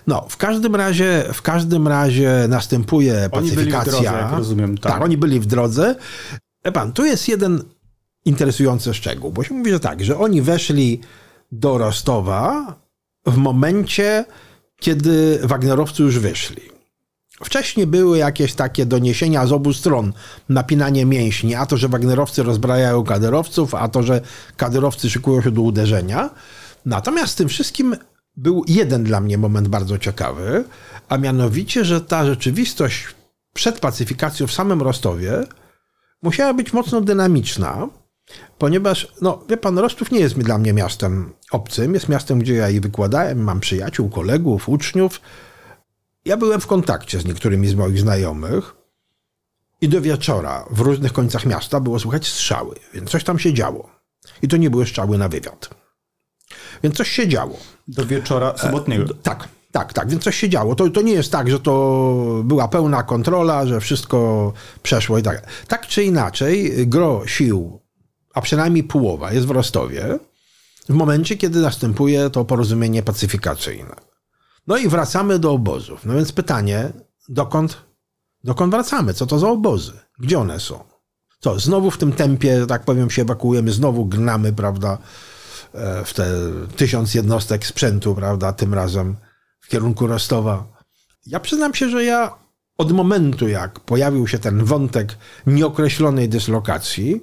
W każdym razie następuje pacyfikacja. Oni byli w drodze, jak rozumiem. Tak, oni byli w drodze. Tu jest jeden interesujący szczegół, bo się mówi, że oni weszli do Rostowa w momencie, kiedy Wagnerowcy już wyszli. Wcześniej były jakieś takie doniesienia z obu stron, napinanie mięśni, a to, że Wagnerowcy rozbrajają kadyrowców, a to, że kadyrowcy szykują się do uderzenia. Natomiast z tym wszystkim był jeden dla mnie moment bardzo ciekawy, a mianowicie, że ta rzeczywistość przed pacyfikacją w samym Rostowie musiała być mocno dynamiczna, ponieważ, wie pan, Rostów nie jest dla mnie miastem obcym, jest miastem, gdzie ja i wykładałem, mam przyjaciół, kolegów, uczniów. Ja byłem w kontakcie z niektórymi z moich znajomych i do wieczora w różnych końcach miasta było słychać strzały, więc coś tam się działo. I to nie były strzały na wywiad. Więc coś się działo. Do wieczora sobotniego. Tak, więc coś się działo. To nie jest tak, że to była pełna kontrola, że wszystko przeszło i tak. Tak czy inaczej, gro sił, a przynajmniej połowa jest w Rostowie w momencie, kiedy następuje to porozumienie pacyfikacyjne. I wracamy do obozów. Więc pytanie, dokąd wracamy? Co to za obozy? Gdzie one są? Co, znowu w tym tempie, że tak powiem, się ewakuujemy, znowu gnamy, prawda, w te 1000 jednostek sprzętu, prawda, tym razem w kierunku Rostowa. Ja przyznam się, że ja od momentu, jak pojawił się ten wątek nieokreślonej dyslokacji,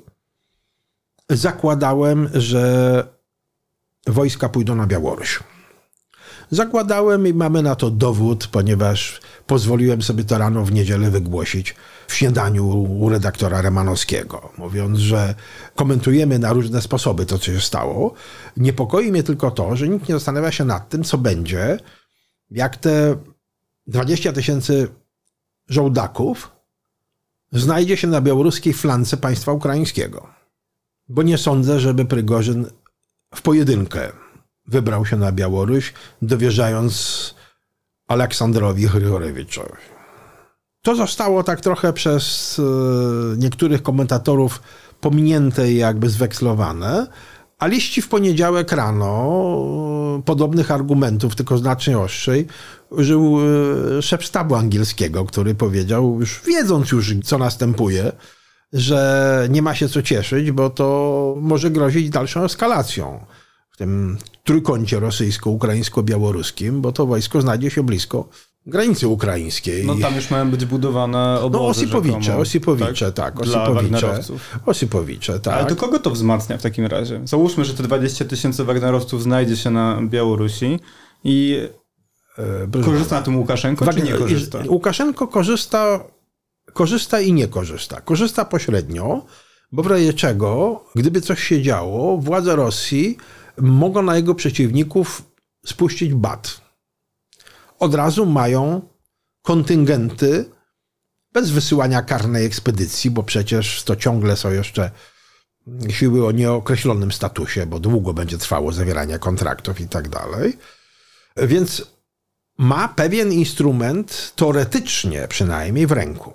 zakładałem, że wojska pójdą na Białoruś. Zakładałem i mamy na to dowód, ponieważ pozwoliłem sobie to rano w niedzielę wygłosić w śniadaniu u redaktora Remanowskiego, mówiąc, że komentujemy na różne sposoby to, co się stało. Niepokoi mnie tylko to, że nikt nie zastanawia się nad tym, co będzie, jak te 20 000 żołdaków znajdzie się na białoruskiej flance państwa ukraińskiego. Bo nie sądzę, żeby Prygorzyn w pojedynkę wybrał się na Białoruś, dowierzając Aleksandrowi Grigorewiczowi. To zostało tak trochę przez niektórych komentatorów pominięte i jakby zwekslowane, a liści w poniedziałek rano podobnych argumentów, tylko znacznie ostrzej, użył szef sztabu angielskiego, który powiedział, wiedząc już co następuje, że nie ma się co cieszyć, bo to może grozić dalszą eskalacją w tym trójkącie rosyjsko-ukraińsko-białoruskim, bo to wojsko znajdzie się blisko granicy ukraińskiej. No tam już mają być budowane obozy Osipowicze, tak. Osipowicze, tak. Ale to kogo to wzmacnia w takim razie? Załóżmy, że te 20 000 wagnerowców znajdzie się na Białorusi i korzysta na tym Łukaszenko, czy nie korzysta? Łukaszenko korzysta i nie korzysta. Korzysta pośrednio, bo w razie czego, gdyby coś się działo, władze Rosji mogą na jego przeciwników spuścić bat. Od razu mają kontyngenty bez wysyłania karnej ekspedycji, bo przecież to ciągle są jeszcze siły o nieokreślonym statusie, bo długo będzie trwało zawieranie kontraktów i tak dalej. Więc ma pewien instrument, teoretycznie przynajmniej, w ręku.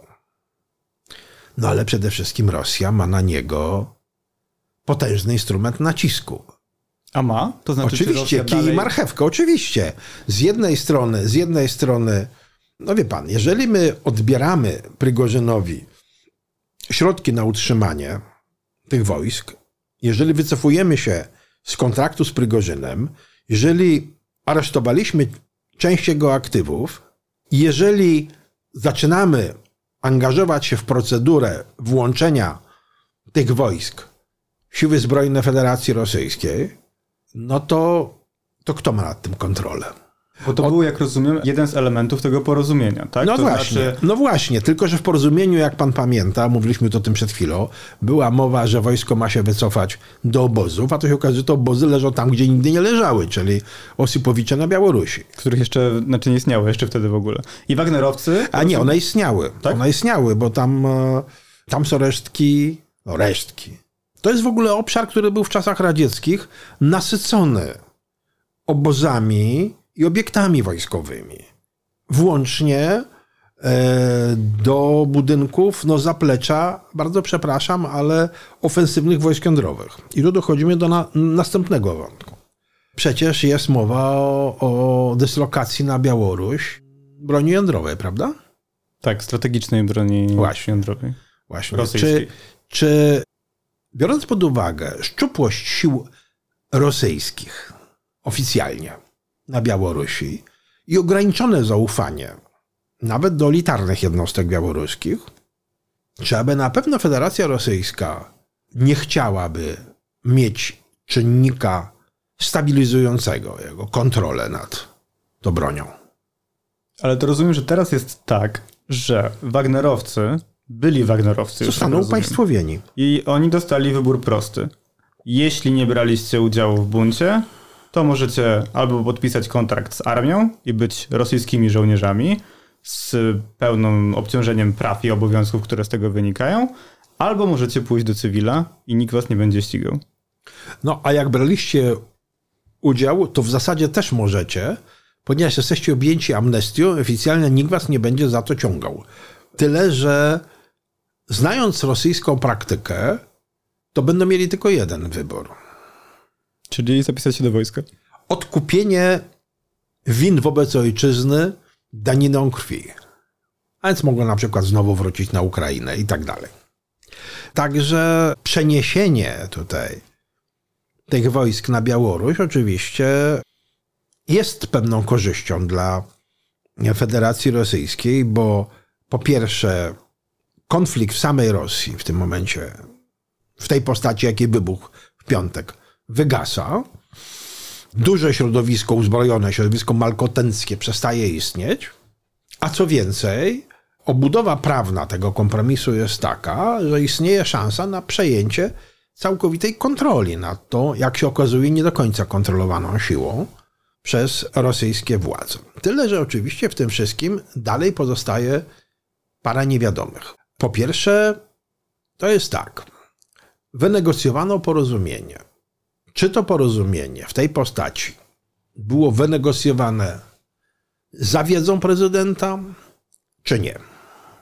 No ale przede wszystkim Rosja ma na niego potężny instrument nacisku. A ma? To znaczy, oczywiście, kij i marchewka, oczywiście. Z jednej strony, no wie pan, jeżeli my odbieramy Prigorzynowi środki na utrzymanie tych wojsk, jeżeli wycofujemy się z kontraktu z Prigorzynem, jeżeli aresztowaliśmy część jego aktywów, jeżeli zaczynamy angażować się w procedurę włączenia tych wojsk w Siły Zbrojne Federacji Rosyjskiej, no to kto ma nad tym kontrolę? Bo to był, jak rozumiem, jeden z elementów tego porozumienia, tak? No właśnie, tylko że w porozumieniu, jak pan pamięta, mówiliśmy o tym przed chwilą, była mowa, że wojsko ma się wycofać do obozów, a to się okazuje, że te obozy leżą tam, gdzie nigdy nie leżały, czyli Osipowicze na Białorusi. Których jeszcze, nie istniały jeszcze wtedy w ogóle. I wagnerowcy... A nie, one istniały. Tak? One istniały, bo tam są resztki. To jest w ogóle obszar, który był w czasach radzieckich nasycony obozami i obiektami wojskowymi. Włącznie do budynków zaplecza, bardzo przepraszam, ale ofensywnych wojsk jądrowych. I tu dochodzimy do następnego wątku. Przecież jest mowa o dyslokacji na Białoruś broni jądrowej, prawda? Tak, strategicznej broni jądrowej. Właśnie. Rosyjskiej. Czy biorąc pod uwagę szczupłość sił rosyjskich oficjalnie na Białorusi i ograniczone zaufanie nawet do elitarnych jednostek białoruskich, czy aby na pewno Federacja Rosyjska nie chciałaby mieć czynnika stabilizującego jego kontrolę nad tą bronią? Ale to rozumiem, że teraz jest tak, że byli wagnerowcy zostaną upaństwowieni. I oni dostali wybór prosty. Jeśli nie braliście udziału w buncie, to możecie albo podpisać kontrakt z armią i być rosyjskimi żołnierzami z pełnym obciążeniem praw i obowiązków, które z tego wynikają, albo możecie pójść do cywila i nikt was nie będzie ścigał. No, a jak braliście udział, to w zasadzie też możecie, ponieważ jesteście objęci amnestią, oficjalnie nikt was nie będzie za to ciągał. Tyle, że znając rosyjską praktykę, to będą mieli tylko jeden wybór. Czyli zapisać się do wojska. Odkupienie win wobec ojczyzny daniną krwi. A więc mogą na przykład znowu wrócić na Ukrainę i tak dalej. Także przeniesienie tutaj tych wojsk na Białoruś oczywiście jest pewną korzyścią dla Federacji Rosyjskiej, bo po pierwsze konflikt w samej Rosji w tym momencie, w tej postaci, jakiej wybuchł w piątek, wygasa. Duże środowisko uzbrojone, środowisko malkotenckie przestaje istnieć. A co więcej, obudowa prawna tego kompromisu jest taka, że istnieje szansa na przejęcie całkowitej kontroli nad tą, jak się okazuje, nie do końca kontrolowaną siłą przez rosyjskie władze. Tyle, że oczywiście w tym wszystkim dalej pozostaje parę niewiadomych. Po pierwsze, to jest tak. Wynegocjowano porozumienie. Czy to porozumienie w tej postaci było wynegocjowane za wiedzą prezydenta, czy nie?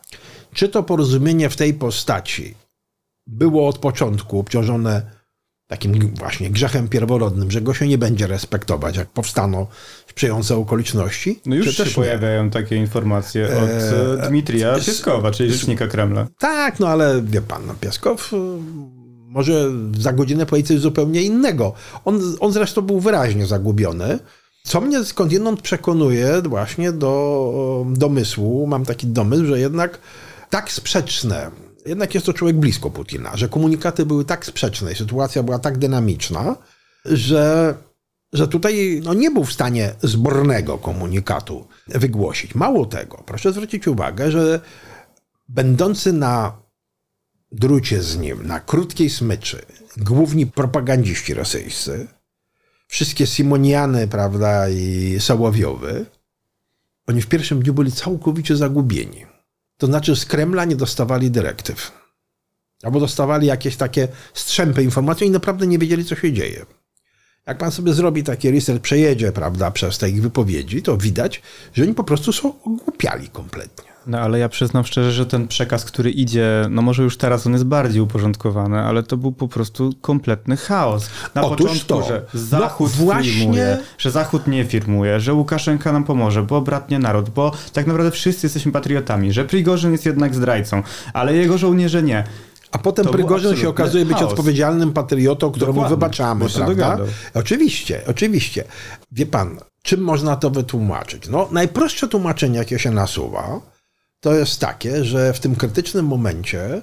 Czy to porozumienie w tej postaci było od początku obciążone takim właśnie grzechem pierworodnym, że go się nie będzie respektować, jak powstaną sprzyjające okoliczności. No już się pojawiają takie informacje od Dmitrija Pieskowa, czyli rzecznika Kremla. Tak, no ale wie pan, Pieskow może za godzinę powiedzieć coś zupełnie innego. On zresztą był wyraźnie zagubiony, co mnie skądinąd przekonuje właśnie do domysłu, mam taki domysł, że jednak tak sprzeczne, jednak jest to człowiek blisko Putina, że komunikaty były tak sprzeczne i sytuacja była tak dynamiczna, że tutaj nie był w stanie zbornego komunikatu wygłosić. Mało tego, proszę zwrócić uwagę, że będący na drucie z nim, na krótkiej smyczy, główni propagandziści rosyjscy, wszystkie Simoniany, prawda, i Sołowiowy, oni w pierwszym dniu byli całkowicie zagubieni. To znaczy z Kremla nie dostawali dyrektyw. Albo dostawali jakieś takie strzępy informacji i naprawdę nie wiedzieli, co się dzieje. Jak pan sobie zrobi taki research, przejedzie, prawda, przez te ich wypowiedzi, to widać, że oni po prostu są ogłupiali kompletnie. No ale ja przyznam szczerze, że ten przekaz, który idzie, no może już teraz on jest bardziej uporządkowany, ale to był po prostu kompletny chaos. Na początku, że Zachód firmuje, że Zachód nie firmuje, że Łukaszenka nam pomoże, bo bratnie naród, bo tak naprawdę wszyscy jesteśmy patriotami, że Prigorzyn jest jednak zdrajcą, ale jego żołnierze nie. A potem Prigorzyn się okazuje być odpowiedzialnym patriotą, któremu wybaczamy, prawda? Oczywiście. Wie pan, czym można to wytłumaczyć? No, najprostsze tłumaczenie, jakie się nasuwa, to jest takie, że w tym krytycznym momencie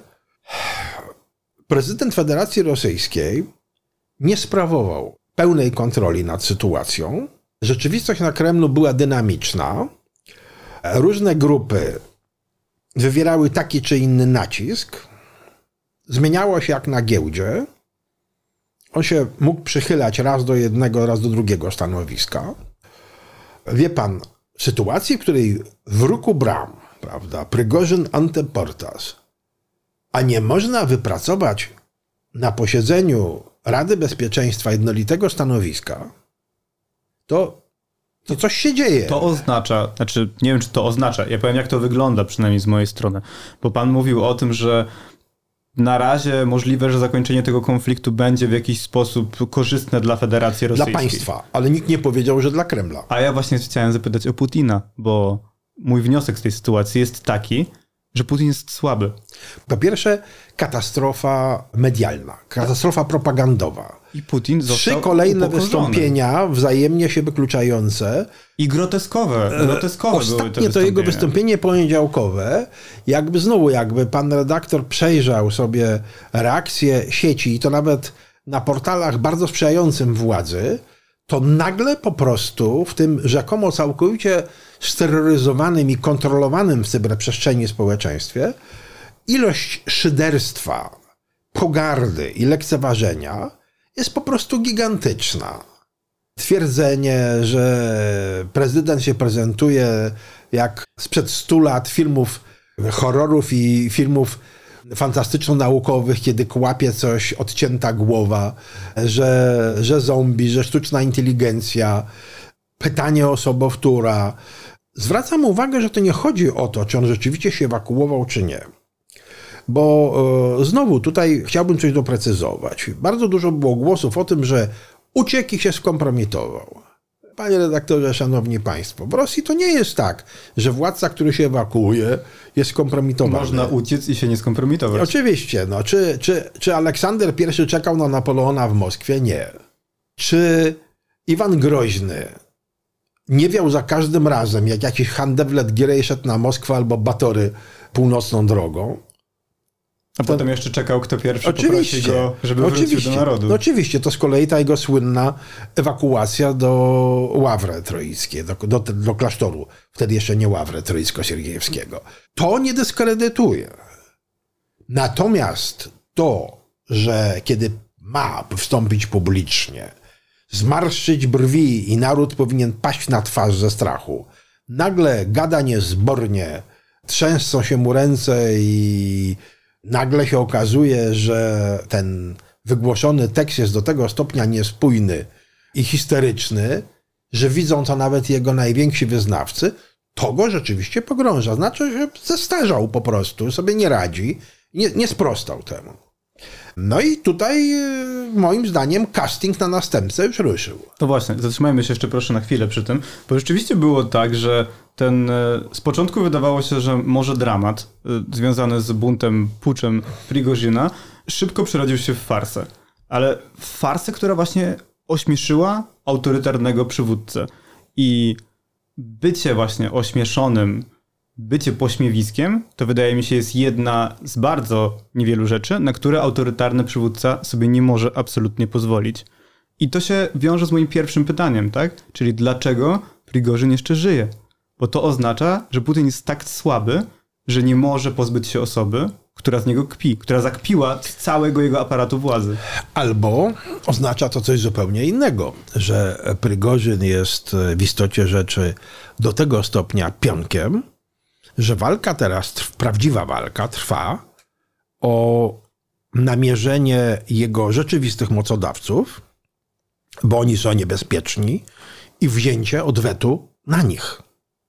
prezydent Federacji Rosyjskiej nie sprawował pełnej kontroli nad sytuacją. Rzeczywistość na Kremlu była dynamiczna. Różne grupy wywierały taki czy inny nacisk. Zmieniało się jak na giełdzie. On się mógł przychylać raz do jednego, raz do drugiego stanowiska. Wie pan, w sytuacji, w której w ruku bram, prawda, Prigorzyn anteportas, a nie można wypracować na posiedzeniu Rady Bezpieczeństwa jednolitego stanowiska, to coś się dzieje. To oznacza, nie wiem, czy to oznacza, ja powiem, jak to wygląda, przynajmniej z mojej strony, bo pan mówił o tym, że na razie możliwe, że zakończenie tego konfliktu będzie w jakiś sposób korzystne dla Federacji Rosyjskiej. Dla państwa, ale nikt nie powiedział, że dla Kremla. A ja właśnie chciałem zapytać o Putina, bo mój wniosek z tej sytuacji jest taki, że Putin jest słaby. Po pierwsze, katastrofa medialna, katastrofa propagandowa. I Putin został 3 kolejne wystąpienia wzajemnie się wykluczające. I groteskowe Ostatnie to jego wystąpienie poniedziałkowe, jakby pan redaktor przejrzał sobie reakcje sieci i to nawet na portalach bardzo sprzyjającym władzy, to nagle po prostu w tym rzekomo całkowicie steroryzowanym i kontrolowanym w cyberprzestrzeni społeczeństwie ilość szyderstwa, pogardy i lekceważenia jest po prostu gigantyczna. Twierdzenie, że prezydent się prezentuje jak sprzed 100 lat filmów horrorów i filmów fantastyczno-naukowych, kiedy kłapie coś odcięta głowa, że zombie, że sztuczna inteligencja, pytanie o sobowtóra. Zwracam uwagę, że to nie chodzi o to, czy on rzeczywiście się ewakuował, czy nie. Bo znowu tutaj chciałbym coś doprecyzować. Bardzo dużo było głosów o tym, że uciekł i się skompromitował. Panie redaktorze, szanowni państwo, w Rosji to nie jest tak, że władca, który się ewakuuje, jest skompromitowany. Można uciec i się nie skompromitować. Oczywiście. No, czy Aleksander I czekał na Napoleona w Moskwie? Nie. Czy Iwan Groźny nie wiał za każdym razem, jak jakiś Handewlet Girej szedł na Moskwę albo Batory północną drogą? A potem jeszcze czekał, kto pierwszy poprosi go, żeby wrócił do narodu. No oczywiście, to z kolei ta jego słynna ewakuacja do Ławry Troickiej, do klasztoru, wtedy jeszcze nie Ławry Troicko-Siergiejewskiego. To nie dyskredytuje. Natomiast to, że kiedy ma wystąpić publicznie, zmarszczyć brwi i naród powinien paść na twarz ze strachu, nagle gada niezbornie, trzęsą się mu ręce i nagle się okazuje, że ten wygłoszony tekst jest do tego stopnia niespójny i histeryczny, że widzą to nawet jego najwięksi wyznawcy, to go rzeczywiście pogrąża. Znaczy, że zestarzał po prostu, sobie nie radzi, nie sprostał temu. No i tutaj moim zdaniem casting na następcę już ruszył. To właśnie, zatrzymajmy się jeszcze proszę na chwilę przy tym, bo rzeczywiście było tak, że z początku wydawało się, że może dramat związany z buntem, puczem Prigozina szybko przerodził się w farsę. Ale w farsę, która właśnie ośmieszyła autorytarnego przywódcę. I bycie właśnie ośmieszonym, bycie pośmiewiskiem, to wydaje mi się jest jedna z bardzo niewielu rzeczy, na które autorytarny przywódca sobie nie może absolutnie pozwolić. I to się wiąże z moim pierwszym pytaniem, tak? Czyli dlaczego Prigorzyn jeszcze żyje? Bo to oznacza, że Putin jest tak słaby, że nie może pozbyć się osoby, która z niego kpi, która zakpiła z całego jego aparatu władzy. Albo oznacza to coś zupełnie innego, że Prigorzyn jest w istocie rzeczy do tego stopnia pionkiem, że walka teraz, prawdziwa walka trwa o namierzenie jego rzeczywistych mocodawców, bo oni są niebezpieczni, i wzięcie odwetu na nich.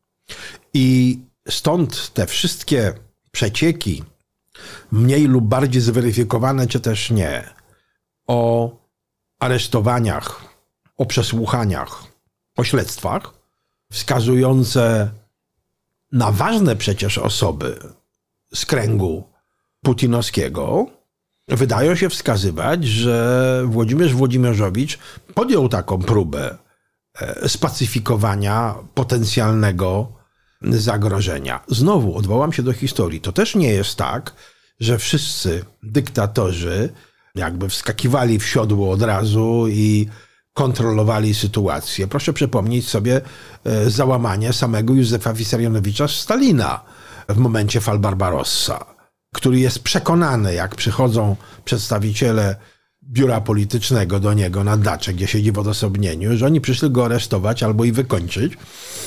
I stąd te wszystkie przecieki, mniej lub bardziej zweryfikowane, czy też nie, o aresztowaniach, o przesłuchaniach, o śledztwach, wskazujące na ważne przecież osoby z kręgu putinowskiego, wydają się wskazywać, że Włodzimierz Włodzimirzowicz podjął taką próbę spacyfikowania potencjalnego zagrożenia. Znowu odwołam się do historii. To też nie jest tak, że wszyscy dyktatorzy jakby wskakiwali w siodło od razu i kontrolowali sytuację. Proszę przypomnieć sobie załamanie samego Józefa Wissarionowicza Stalina w momencie fal Barbarossa, który jest przekonany, jak przychodzą przedstawiciele biura politycznego do niego na dacze, gdzie siedzi w odosobnieniu, że oni przyszli go aresztować albo i wykończyć.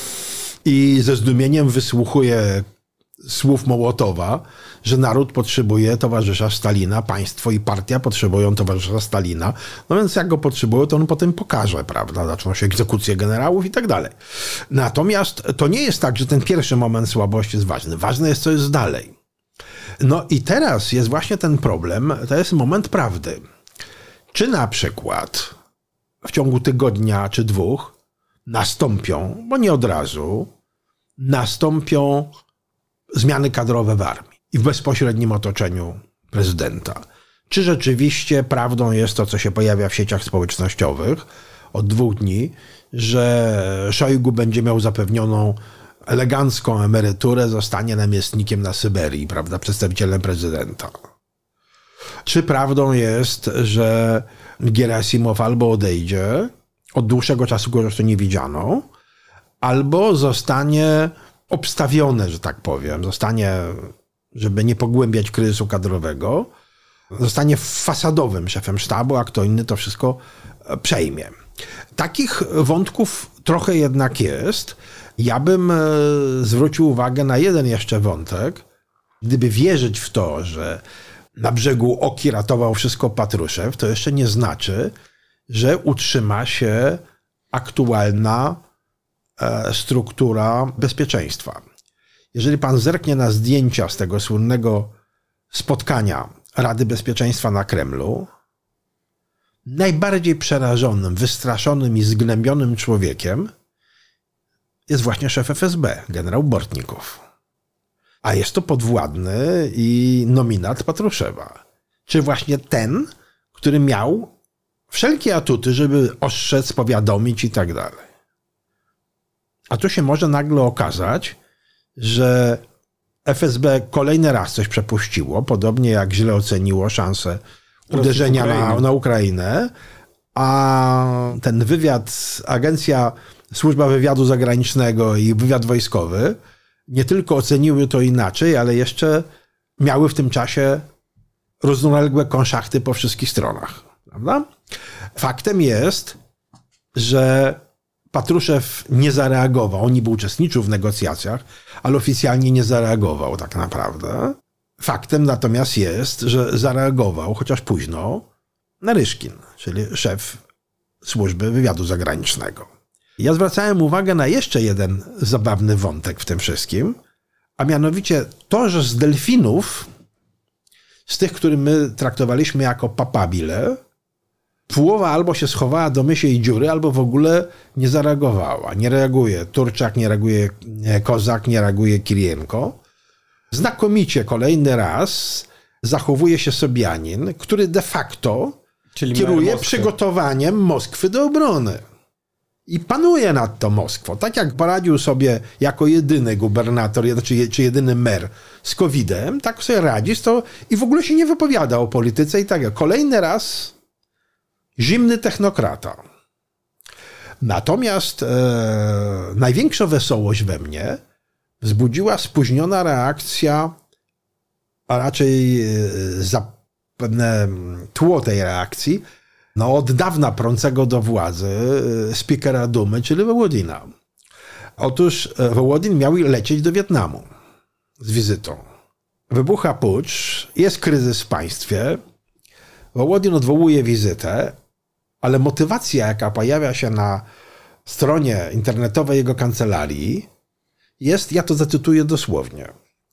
I ze zdumieniem wysłuchuje słów Mołotowa, że naród potrzebuje towarzysza Stalina, państwo i partia potrzebują towarzysza Stalina. No więc jak go potrzebują, to on potem pokaże, prawda? Zaczną się egzekucje generałów i tak dalej. Natomiast to nie jest tak, że ten pierwszy moment słabości jest ważny. Ważne jest, co jest dalej. No i teraz jest właśnie ten problem, to jest moment prawdy. Czy na przykład w ciągu tygodnia czy dwóch nastąpią, bo nie od razu, nastąpią zmiany kadrowe w armii i w bezpośrednim otoczeniu prezydenta. Czy rzeczywiście prawdą jest to, co się pojawia w sieciach społecznościowych od 2 dni, że Szojgu będzie miał zapewnioną elegancką emeryturę, zostanie namiestnikiem na Syberii, prawda, przedstawicielem prezydenta. Czy prawdą jest, że Gerasimow albo odejdzie, od dłuższego czasu go jeszcze nie widziano, albo zostanie obstawione, że tak powiem, zostanie, żeby nie pogłębiać kryzysu kadrowego, zostanie fasadowym szefem sztabu, a kto inny to wszystko przejmie. Takich wątków trochę jednak jest. Ja bym zwrócił uwagę na jeden jeszcze wątek. Gdyby wierzyć w to, że na brzegu Oki ratował wszystko Patruszew, to jeszcze nie znaczy, że utrzyma się aktualna struktura bezpieczeństwa. Jeżeli pan zerknie na zdjęcia z tego słynnego spotkania Rady Bezpieczeństwa na Kremlu, najbardziej przerażonym, wystraszonym i zgnębionym człowiekiem jest właśnie szef FSB, generał Bortnikow. A jest to podwładny i nominat Patruszewa. Czy właśnie ten, który miał wszelkie atuty, żeby ostrzec, powiadomić i tak dalej. A tu się może nagle okazać, że FSB kolejny raz coś przepuściło, podobnie jak źle oceniło szansę uderzenia na Ukrainę, a ten wywiad, Służba Wywiadu Zagranicznego i wywiad wojskowy nie tylko oceniły to inaczej, ale jeszcze miały w tym czasie równoległe konszachty po wszystkich stronach. Prawda? Faktem jest, że Patruszew nie zareagował. On niby uczestniczył w negocjacjach, ale oficjalnie nie zareagował tak naprawdę. Faktem natomiast jest, że zareagował, chociaż późno, Naryszkin, czyli szef Służby Wywiadu Zagranicznego. Ja zwracałem uwagę na jeszcze jeden zabawny wątek w tym wszystkim, a mianowicie to, że z delfinów z tych, które my traktowaliśmy jako papabile, połowa albo się schowała do mysiej dziury, albo w ogóle nie zareagowała. Nie reaguje Turczak, nie reaguje Kozak, nie reaguje Kirienko. Znakomicie kolejny raz zachowuje się Sobianin, który de facto kieruje przygotowaniem Moskwy do obrony. I panuje nad tą Moskwą. Tak jak poradził sobie jako jedyny gubernator, czy jedyny mer z COVID-em, tak sobie radzi i w ogóle się nie wypowiada o polityce i tak. Kolejny raz zimny technokrata. Natomiast największą wesołość we mnie wzbudziła spóźniona reakcja, a raczej zapewne tło tej reakcji, od dawna prącego do władzy speakera Dumy, czyli Wołodina. Otóż Wołodin miał lecieć do Wietnamu z wizytą. Wybucha pucz, jest kryzys w państwie, Wołodin odwołuje wizytę, ale motywacja, jaka pojawia się na stronie internetowej jego kancelarii, jest, ja to zacytuję dosłownie,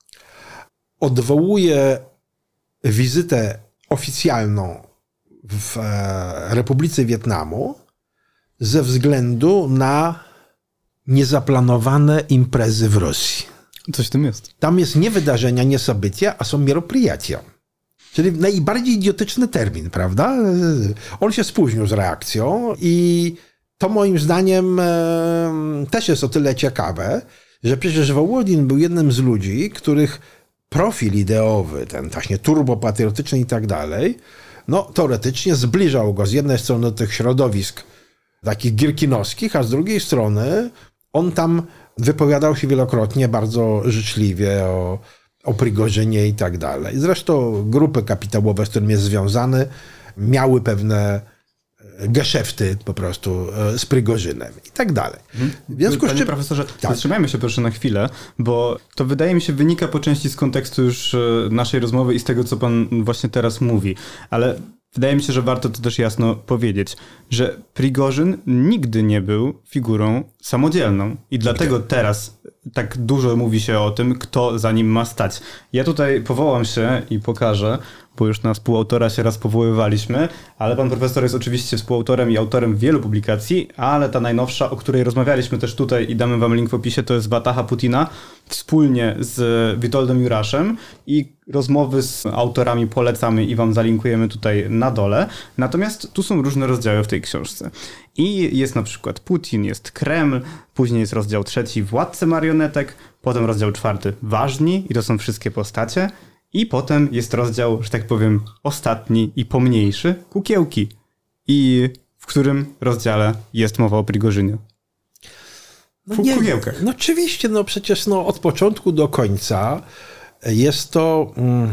odwołuje wizytę oficjalną w Republice Wietnamu ze względu na niezaplanowane imprezy w Rosji. Coś w tym jest. Tam jest nie wydarzenia, nie события, a są мероприятия. Czyli najbardziej idiotyczny termin, prawda? On się spóźnił z reakcją i to moim zdaniem też jest o tyle ciekawe, że przecież Wołodin był jednym z ludzi, których profil ideowy, ten właśnie turbopatriotyczny i tak dalej, teoretycznie zbliżał go z jednej strony do tych środowisk takich gierkinowskich, a z drugiej strony on tam wypowiadał się wielokrotnie bardzo życzliwie o Prigorzynie i tak dalej. Zresztą grupy kapitałowe, z którymi jest związany, miały pewne geszefty po prostu z Prigorzynem i tak dalej. W związku z czym... Panie profesorze, zatrzymajmy się proszę na chwilę, bo to wydaje mi się wynika po części z kontekstu już naszej rozmowy i z tego, co pan właśnie teraz mówi, ale wydaje mi się, że warto to też jasno powiedzieć, że Prigorzyn nigdy nie był figurą samodzielną i dlatego teraz tak dużo mówi się o tym, kto za nim ma stać. Ja tutaj powołam się i pokażę, bo już na współautora się raz powoływaliśmy, ale pan profesor jest oczywiście współautorem i autorem wielu publikacji, ale ta najnowsza, o której rozmawialiśmy też tutaj i damy wam link w opisie, to jest Wataha Putina, wspólnie z Witoldem Juraszem i rozmowy z autorami polecamy i wam zalinkujemy tutaj na dole. Natomiast tu są różne rozdziały w tej książce. I jest na przykład Putin, jest Kreml, później jest rozdział 3 Władcy marionetek, potem rozdział 4 Ważni i to są wszystkie postacie. I potem jest rozdział, że tak powiem, ostatni i pomniejszy, Kukiełki. I w którym rozdziale jest mowa o Prigorzynie? Kukiełkach. Oczywiście, przecież od początku do końca jest to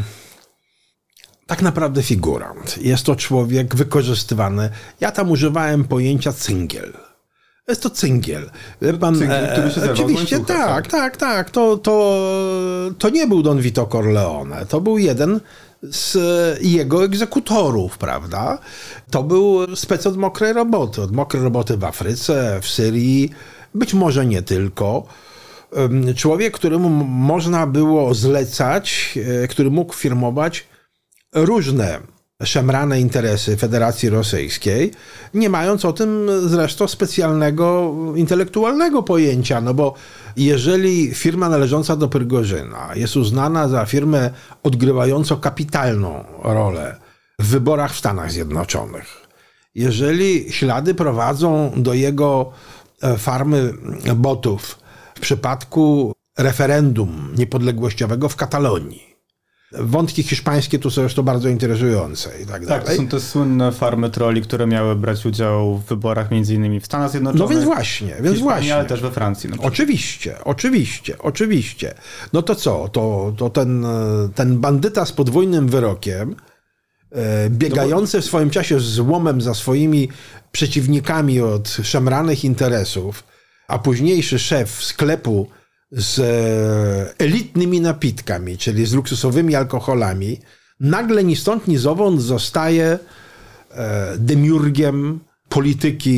tak naprawdę figurant. Jest to człowiek wykorzystywany. Ja tam używałem pojęcia cyngiel. Jest to cyngiel. Pan, cyngiel, który się oczywiście, tak. To nie był Don Vito Corleone. To był jeden z jego egzekutorów, prawda? To był spec od mokrej roboty. Od mokrej roboty w Afryce, w Syrii, być może nie tylko. Człowiek, któremu można było zlecać, który mógł firmować różne szemrane interesy Federacji Rosyjskiej, nie mając o tym zresztą specjalnego intelektualnego pojęcia, bo jeżeli firma należąca do Prigorzyna jest uznana za firmę odgrywającą kapitalną rolę w wyborach w Stanach Zjednoczonych, jeżeli ślady prowadzą do jego farmy botów w przypadku referendum niepodległościowego w Katalonii, wątki hiszpańskie tu są zresztą bardzo interesujące i tak dalej. Tak, to są te słynne farmy trolli, które miały brać udział w wyborach między innymi w Stanach Zjednoczonych. Więc właśnie. Ale też we Francji. Oczywiście. To co? To ten bandyta z podwójnym wyrokiem, biegający w swoim czasie z łomem za swoimi przeciwnikami od szemranych interesów, a późniejszy szef sklepu z elitnymi napitkami, czyli z luksusowymi alkoholami, nagle ni stąd, ni zowąd zostaje demiurgiem polityki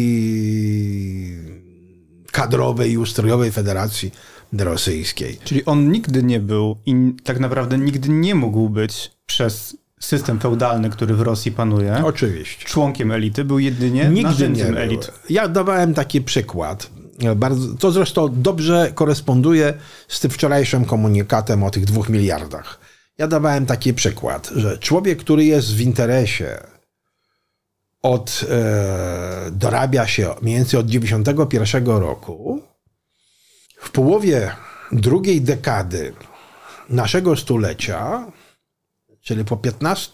kadrowej i ustrojowej Federacji Rosyjskiej. Czyli on nigdy nie był i tak naprawdę nigdy nie mógł być przez system feudalny, który w Rosji panuje. Oczywiście. Członkiem elity, był jedynie narzędziem elit. Ja dawałem taki przykład. To zresztą dobrze koresponduje z tym wczorajszym komunikatem o tych 2 miliardach. Ja dawałem taki przykład, że człowiek, który jest w interesie, dorabia się mniej więcej od 91 roku, w połowie drugiej dekady naszego stulecia, czyli po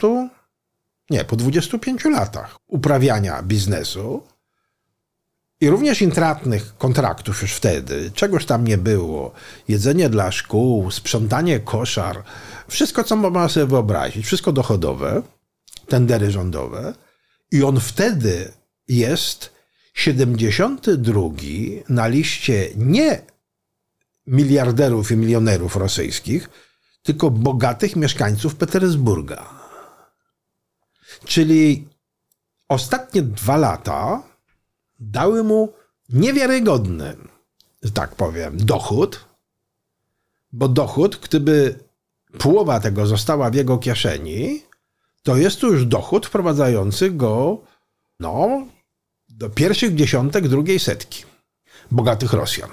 25 latach uprawiania biznesu i również intratnych kontraktów już wtedy, czegoś tam nie było, jedzenie dla szkół, sprzątanie koszar, wszystko, co można sobie wyobrazić, wszystko dochodowe, tendery rządowe, i on wtedy jest 72 na liście nie miliarderów i milionerów rosyjskich, tylko bogatych mieszkańców Petersburga. Czyli ostatnie 2 lata dały mu niewiarygodny, że tak powiem, dochód, bo dochód, gdyby połowa tego została w jego kieszeni, to jest to już dochód wprowadzający go do pierwszych dziesiątek drugiej setki bogatych Rosjan.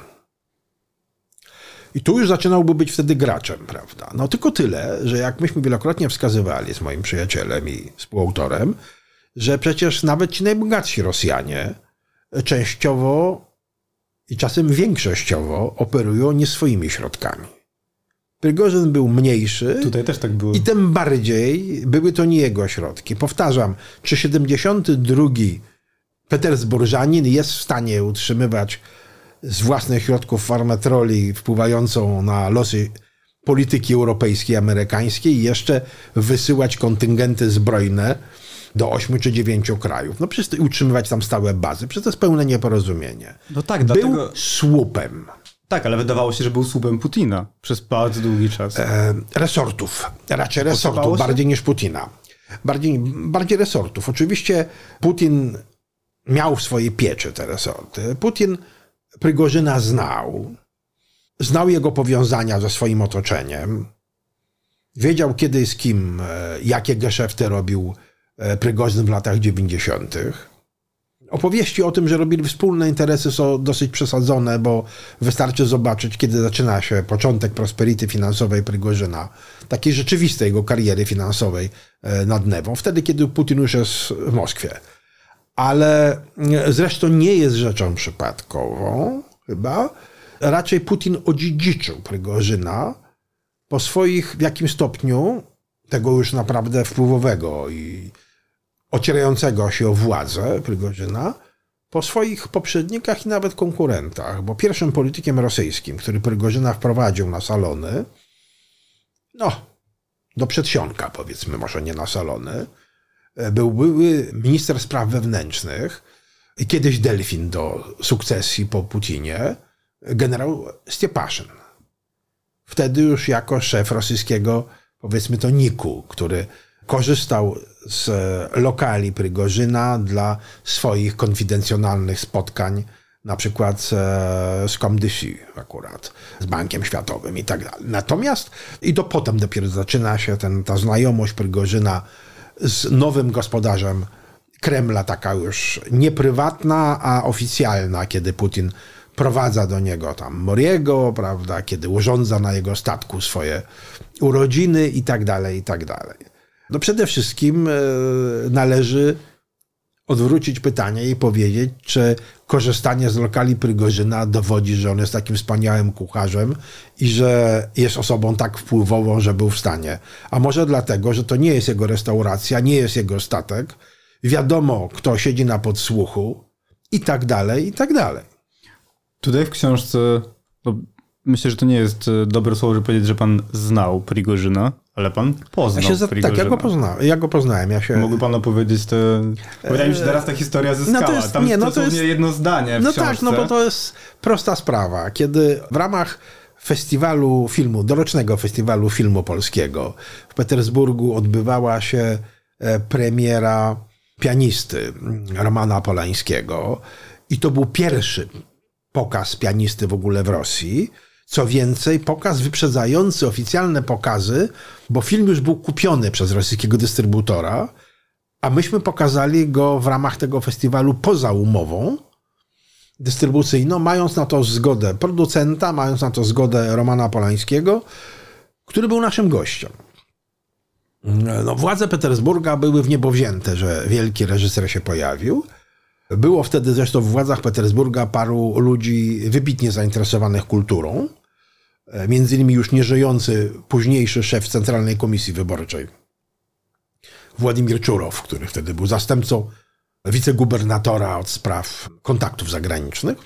I tu już zaczynałby być wtedy graczem, prawda? No tylko tyle, że jak myśmy wielokrotnie wskazywali z moim przyjacielem i współautorem, że przecież nawet ci najbogatsi Rosjanie częściowo i czasem większościowo operują nie swoimi środkami. Prygorzyn był mniejszy. Tutaj też tak było. I tym bardziej były to nie jego środki. Powtarzam, czy 72 Petersburżanin jest w stanie utrzymywać z własnych środków farmatroli wpływającą na losy polityki europejskiej, amerykańskiej i jeszcze wysyłać kontyngenty zbrojne do 8 czy 9 krajów. No przecież utrzymywać tam stałe bazy. Przecież to jest pełne nieporozumienie. No tak, był słupem. Tak, ale wydawało się, że był słupem Putina przez bardzo długi czas. Resortów. Raczej resortów, bardziej niż Putina. Bardziej resortów. Oczywiście Putin miał w swojej pieczy te resorty. Putin Prygorzyna znał jego powiązania ze swoim otoczeniem, wiedział kiedy z kim, jakie geszefty robił Prygorzyn w latach 90. Opowieści o tym, że robili wspólne interesy, są dosyć przesadzone, bo wystarczy zobaczyć, kiedy zaczyna się początek prosperity finansowej Prygorzyna, takiej rzeczywistej jego kariery finansowej nad Newą, wtedy kiedy Putin już jest w Moskwie. Ale zresztą nie jest rzeczą przypadkową, chyba. Raczej Putin odziedziczył Prygorzyna po swoich, w jakim stopniu, tego już naprawdę wpływowego i ocierającego się o władzę Prygorzyna, po swoich poprzednikach i nawet konkurentach. Bo pierwszym politykiem rosyjskim, który Prygorzyna wprowadził na salony, do przedsionka powiedzmy, może nie na salony, był były minister spraw wewnętrznych i kiedyś delfin do sukcesji po Putinie, generał Stepaszyn. Wtedy już jako szef rosyjskiego, powiedzmy to NIK-u, który korzystał z lokali Prygorzyna dla swoich konfidencjonalnych spotkań, na przykład z Comdesi akurat, z Bankiem Światowym i tak dalej. Natomiast potem dopiero zaczyna się ta znajomość Prygorzyna z nowym gospodarzem Kremla, taka już nie prywatna, a oficjalna, kiedy Putin prowadza do niego tam Moriego, prawda, kiedy urządza na jego statku swoje urodziny i tak dalej, i tak dalej. No przede wszystkim należy odwrócić pytanie i powiedzieć, czy korzystanie z lokali Prygorzyna dowodzi, że on jest takim wspaniałym kucharzem i że jest osobą tak wpływową, że był w stanie. A może dlatego, że to nie jest jego restauracja, nie jest jego statek, wiadomo, kto siedzi na podsłuchu i tak dalej, i tak dalej. Tutaj w książce, myślę, że to nie jest dobre słowo, żeby powiedzieć, że pan znał Prigorzyna, ale pan poznał Prigorzyna. Tak, ja go poznałem. Mógłby pan opowiedzieć te... Wydaje mi się, że teraz ta historia zyskała. Tam jest dosłownie jedno zdanie w książce. Tak, bo to jest prosta sprawa. Kiedy w ramach festiwalu filmu, dorocznego festiwalu filmu polskiego w Petersburgu odbywała się premiera pianisty Romana Polańskiego i to był pierwszy pokaz pianisty w ogóle w Rosji, Co więcej, pokaz wyprzedzający oficjalne pokazy, bo film już był kupiony przez rosyjskiego dystrybutora, a myśmy pokazali go w ramach tego festiwalu poza umową dystrybucyjną, mając na to zgodę producenta, mając na to zgodę Romana Polańskiego, który był naszym gościem. No, władze Petersburga były w niebo wzięte, że wielki reżyser się pojawił. Było wtedy zresztą w władzach Petersburga paru ludzi wybitnie zainteresowanych kulturą. Między innymi już nieżyjący późniejszy szef Centralnej Komisji Wyborczej, Władimir Czurow, który wtedy był zastępcą wicegubernatora od spraw kontaktów zagranicznych.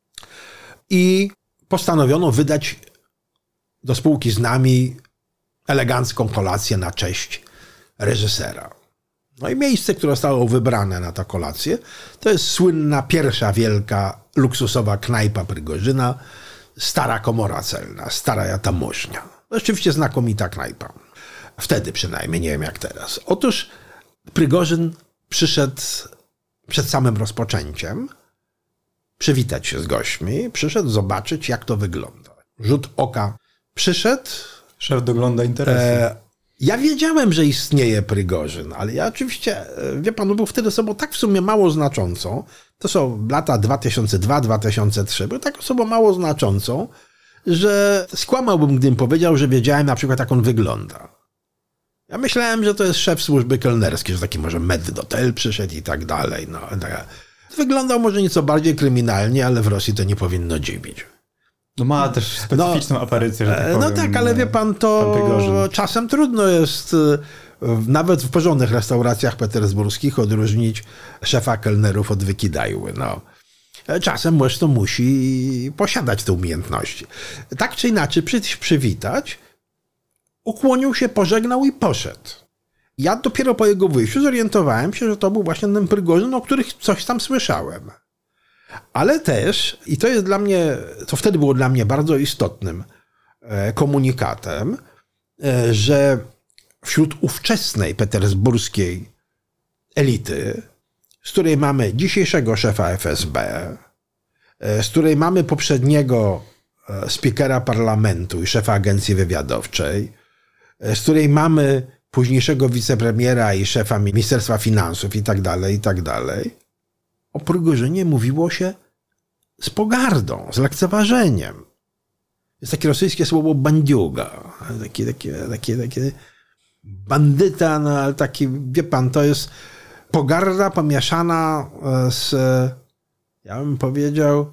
I postanowiono wydać do spółki z nami elegancką kolację na cześć reżysera. No i miejsce, które zostało wybrane na tę kolację, to jest słynna pierwsza wielka luksusowa knajpa Prygorzyna, Stara Komora Celna, Stara Tamożnia. Rzeczywiście znakomita knajpa. Wtedy przynajmniej, nie wiem jak teraz. Otóż Prygorzyn przyszedł przed samym rozpoczęciem przywitać się z gośćmi, przyszedł zobaczyć, jak to wygląda. Rzut oka przyszedł. Szef dogląda interesy. Ja wiedziałem, że istnieje Prygorzyn, ale ja oczywiście, wie pan, był wtedy osobą tak w sumie mało znaczącą. To są lata 2002-2003. Był tak osobą mało znaczącą, że skłamałbym, gdybym powiedział, że wiedziałem na przykład, jak on wygląda. Ja myślałem, że to jest szef służby kelnerskiej, że taki może metdotel przyszedł i tak dalej. No, wyglądał może nieco bardziej kryminalnie, ale w Rosji to nie powinno dziwić. No ma też specyficzną aparycję, że tak powiem. No tak, ale wie pan, to czasem trudno jest nawet w porządnych restauracjach petersburskich odróżnić szefa kelnerów od wykidajły. No. Czasem zresztą musi posiadać te umiejętności. Tak czy inaczej, przywitać, ukłonił się, pożegnał i poszedł. Ja dopiero po jego wyjściu zorientowałem się, że to był właśnie ten Prygorzyn, o których coś tam słyszałem. Ale też, i to jest dla mnie, to wtedy było dla mnie bardzo istotnym komunikatem, że wśród ówczesnej petersburskiej elity, z której mamy dzisiejszego szefa FSB, z której mamy poprzedniego speakera parlamentu i szefa agencji wywiadowczej, z której mamy późniejszego wicepremiera i szefa Ministerstwa Finansów i tak dalej, o Prygorzynie mówiło się z pogardą, z lekceważeniem. Jest takie rosyjskie słowo bandiuga. Takie bandyta, no ale taki, wie pan, to jest pogarda pomieszana z, ja bym powiedział,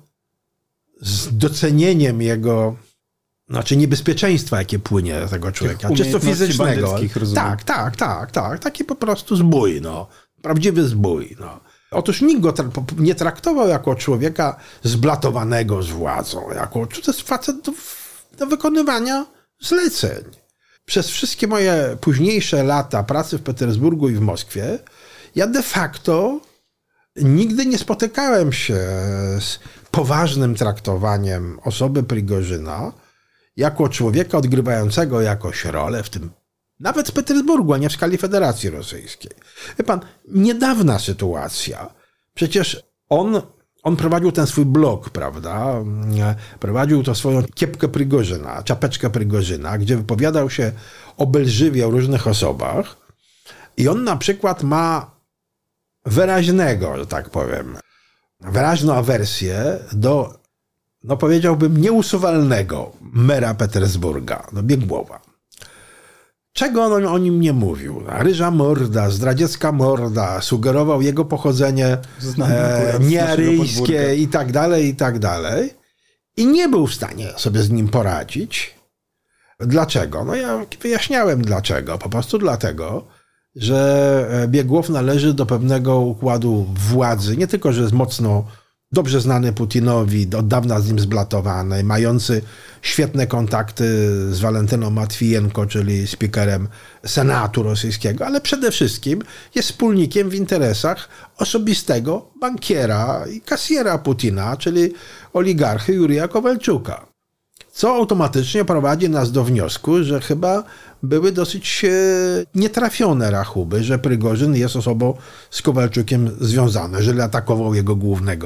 z docenieniem jego, znaczy niebezpieczeństwa, jakie płynie z tego człowieka, czysto fizycznego. Tak. Taki po prostu zbój, no. Prawdziwy zbój, no. Otóż nikt go nie traktował jako człowieka zblatowanego z władzą, jako to jest facet do wykonywania zleceń. Przez wszystkie moje późniejsze lata pracy w Petersburgu i w Moskwie, ja de facto nigdy nie spotykałem się z poważnym traktowaniem osoby Prygorzyna jako człowieka odgrywającego jakąś rolę w tym, nawet w Petersburgu, a nie w skali Federacji Rosyjskiej. Wie pan, niedawna sytuacja. Przecież on prowadził ten swój blog, prawda? Prowadził to swoją kiepkę Prygorzyna, czapeczkę Prygorzyna, gdzie wypowiadał się obelżywie o różnych osobach. I on na przykład ma wyraźnego, że tak powiem, wyraźną awersję do, no powiedziałbym, nieusuwalnego mera Petersburga, do Biegłowa. Czego on o nim nie mówił? Ryża morda, zdradziecka morda, sugerował jego pochodzenie niearyjskie i tak dalej. I nie był w stanie sobie z nim poradzić. Dlaczego? No ja wyjaśniałem dlaczego. Po prostu dlatego, że Biegłow należy do pewnego układu władzy, nie tylko, że jest mocno dobrze znany Putinowi, od dawna z nim zblatowany, mający świetne kontakty z Walentyną Matwijenko, czyli speakerem Senatu rosyjskiego, ale przede wszystkim jest wspólnikiem w interesach osobistego bankiera i kasjera Putina, czyli oligarchy Jurija Kowalczuka. Co automatycznie prowadzi nas do wniosku, że chyba były dosyć nietrafione rachuby, że Prygorzyn jest osobą z Kowalczukiem związany, że atakował jego głównego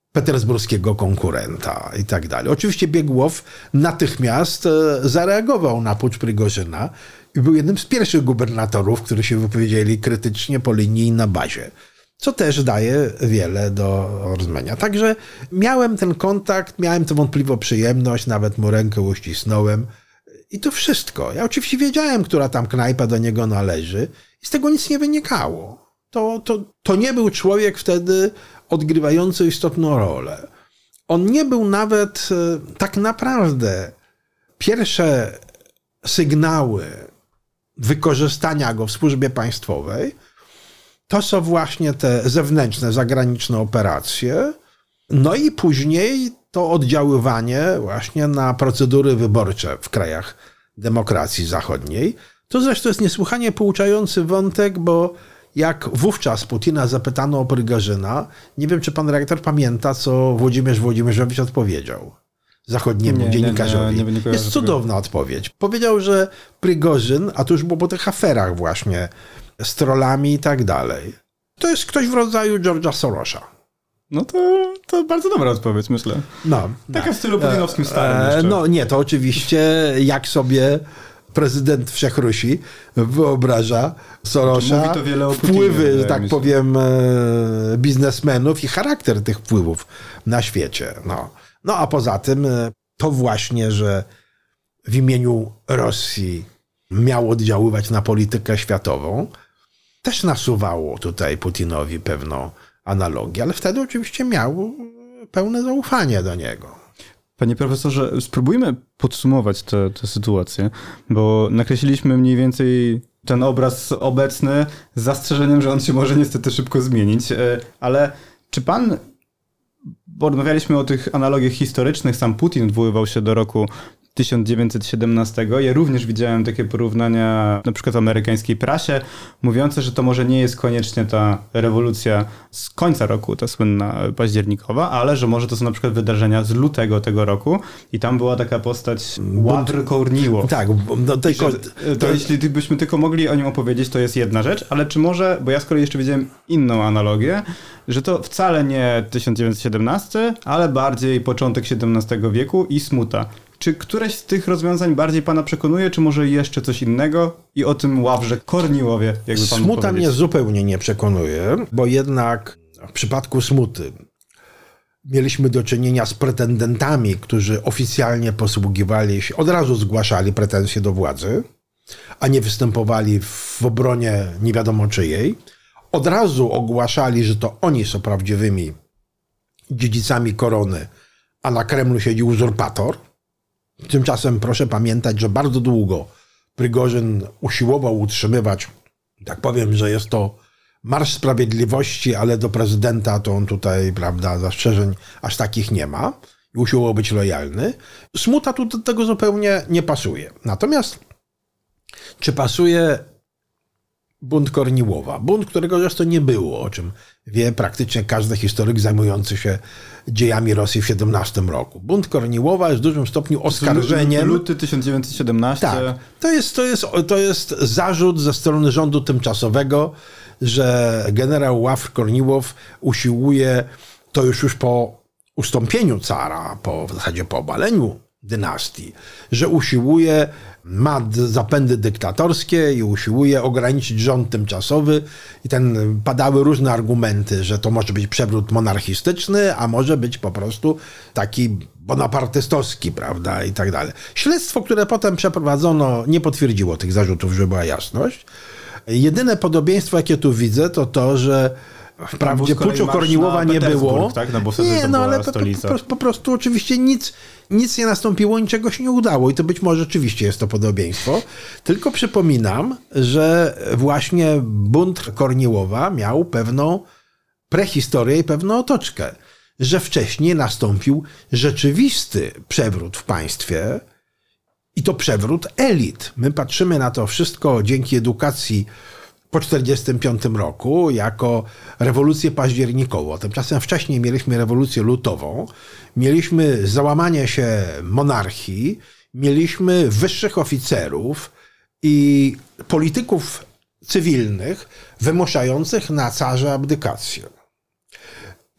petersburskiego konkurenta i tak dalej. Oczywiście Biegłow natychmiast zareagował na pucz Prigorzyna i był jednym z pierwszych gubernatorów, którzy się wypowiedzieli krytycznie po linii i na bazie, co też daje wiele do rozumienia. Także miałem ten kontakt, miałem tę wątpliwą przyjemność, nawet mu rękę uścisnąłem i to wszystko. Ja oczywiście wiedziałem, która tam knajpa do niego należy i z tego nic nie wynikało. To nie był człowiek wtedy odgrywający istotną rolę. On nie był nawet tak naprawdę pierwsze sygnały wykorzystania go w służbie państwowej to są właśnie te zewnętrzne, zagraniczne operacje, no i później to oddziaływanie właśnie na procedury wyborcze w krajach demokracji zachodniej. To zresztą jest niesłychanie pouczający wątek, bo jak wówczas Putina zapytano o Prygorzyna, nie wiem, czy pan redaktor pamięta, co Włodzimierz Włodzimierzowicz odpowiedział zachodniemu dziennikarzowi. Nie jest cudowna odpowiedź. Powiedział, że Prygorzyn, a to już było po tych aferach właśnie z trollami i tak dalej, to jest ktoś w rodzaju George'a Sorosa. No to bardzo dobra odpowiedź, myślę. Taka w stylu putinowskim starym jeszcze. No nie, to oczywiście jak sobie prezydent Wszechrusi wyobraża Sorosa, wpływy, że tak powiem, biznesmenów i charakter tych wpływów na świecie. No a poza tym to właśnie, że w imieniu Rosji miał oddziaływać na politykę światową, też nasuwało tutaj Putinowi pewną analogię, ale wtedy oczywiście miał pełne zaufanie do niego. Panie profesorze, spróbujmy podsumować tę sytuację, bo nakreśliliśmy mniej więcej ten obraz obecny z zastrzeżeniem, że on się może niestety szybko zmienić, ale czy pan, bo rozmawialiśmy o tych analogiach historycznych, sam Putin odwoływał się do roku 1917. Ja również widziałem takie porównania na przykład w amerykańskiej prasie, mówiące, że to może nie jest koniecznie ta rewolucja z końca roku, ta słynna październikowa, ale że może to są na przykład wydarzenia z lutego tego roku i tam była taka postać Ławr Korniłow. Tak. Jeśli byśmy tylko mogli o nim opowiedzieć, to jest jedna rzecz, ale czy może, bo ja z kolei jeszcze widziałem inną analogię, że to wcale nie 1917, ale bardziej początek XVII wieku i smuta. Czy któreś z tych rozwiązań bardziej pana przekonuje, czy może jeszcze coś innego? I o tym Ławrze Korniłowie, jakby pan mógł Smuta mnie zupełnie nie przekonuje, bo jednak w przypadku Smuty mieliśmy do czynienia z pretendentami, którzy oficjalnie posługiwali się, od razu zgłaszali pretensje do władzy, a nie występowali w obronie nie wiadomo czyjej. Od razu ogłaszali, że to oni są prawdziwymi dziedzicami korony, a na Kremlu siedzi uzurpator. Tymczasem proszę pamiętać, że bardzo długo Prygorzyn usiłował utrzymywać, tak powiem, że jest to marsz sprawiedliwości, ale do prezydenta to on tutaj, prawda, zastrzeżeń aż takich nie ma i usiłował być lojalny. Smuta tu do tego zupełnie nie pasuje. Natomiast czy pasuje bunt Korniłowa? Bunt, którego zresztą nie było, o czym wie praktycznie każdy historyk zajmujący się dziejami Rosji w 17 roku. Bunt Korniłowa jest w dużym stopniu oskarżeniem. Luty 1917. Tak. To jest zarzut ze strony rządu tymczasowego, że generał Ławr Korniłow usiłuje, to już po ustąpieniu cara, w zasadzie po obaleniu dynastii, że usiłuje, ma zapędy dyktatorskie i usiłuje ograniczyć rząd tymczasowy i padały różne argumenty, że to może być przewrót monarchistyczny, a może być po prostu taki bonapartystowski, prawda, i tak dalej. Śledztwo, które potem przeprowadzono, nie potwierdziło tych zarzutów, żeby była jasność. Jedyne podobieństwo, jakie tu widzę, to to, że wprawdzie puczu Korniłowa nie było. Tak? No bo wtedy nie, ale po prostu oczywiście nic nie nastąpiło, niczego się nie udało i to być może rzeczywiście jest to podobieństwo. Tylko przypominam, że właśnie bunt Korniłowa miał pewną prehistorię i pewną otoczkę. Że wcześniej nastąpił rzeczywisty przewrót w państwie i to przewrót elit. My patrzymy na to wszystko dzięki edukacji po 1945 roku jako rewolucję październikową. Tymczasem wcześniej mieliśmy rewolucję lutową, mieliśmy załamanie się monarchii, mieliśmy wyższych oficerów i polityków cywilnych wymuszających na carze abdykację.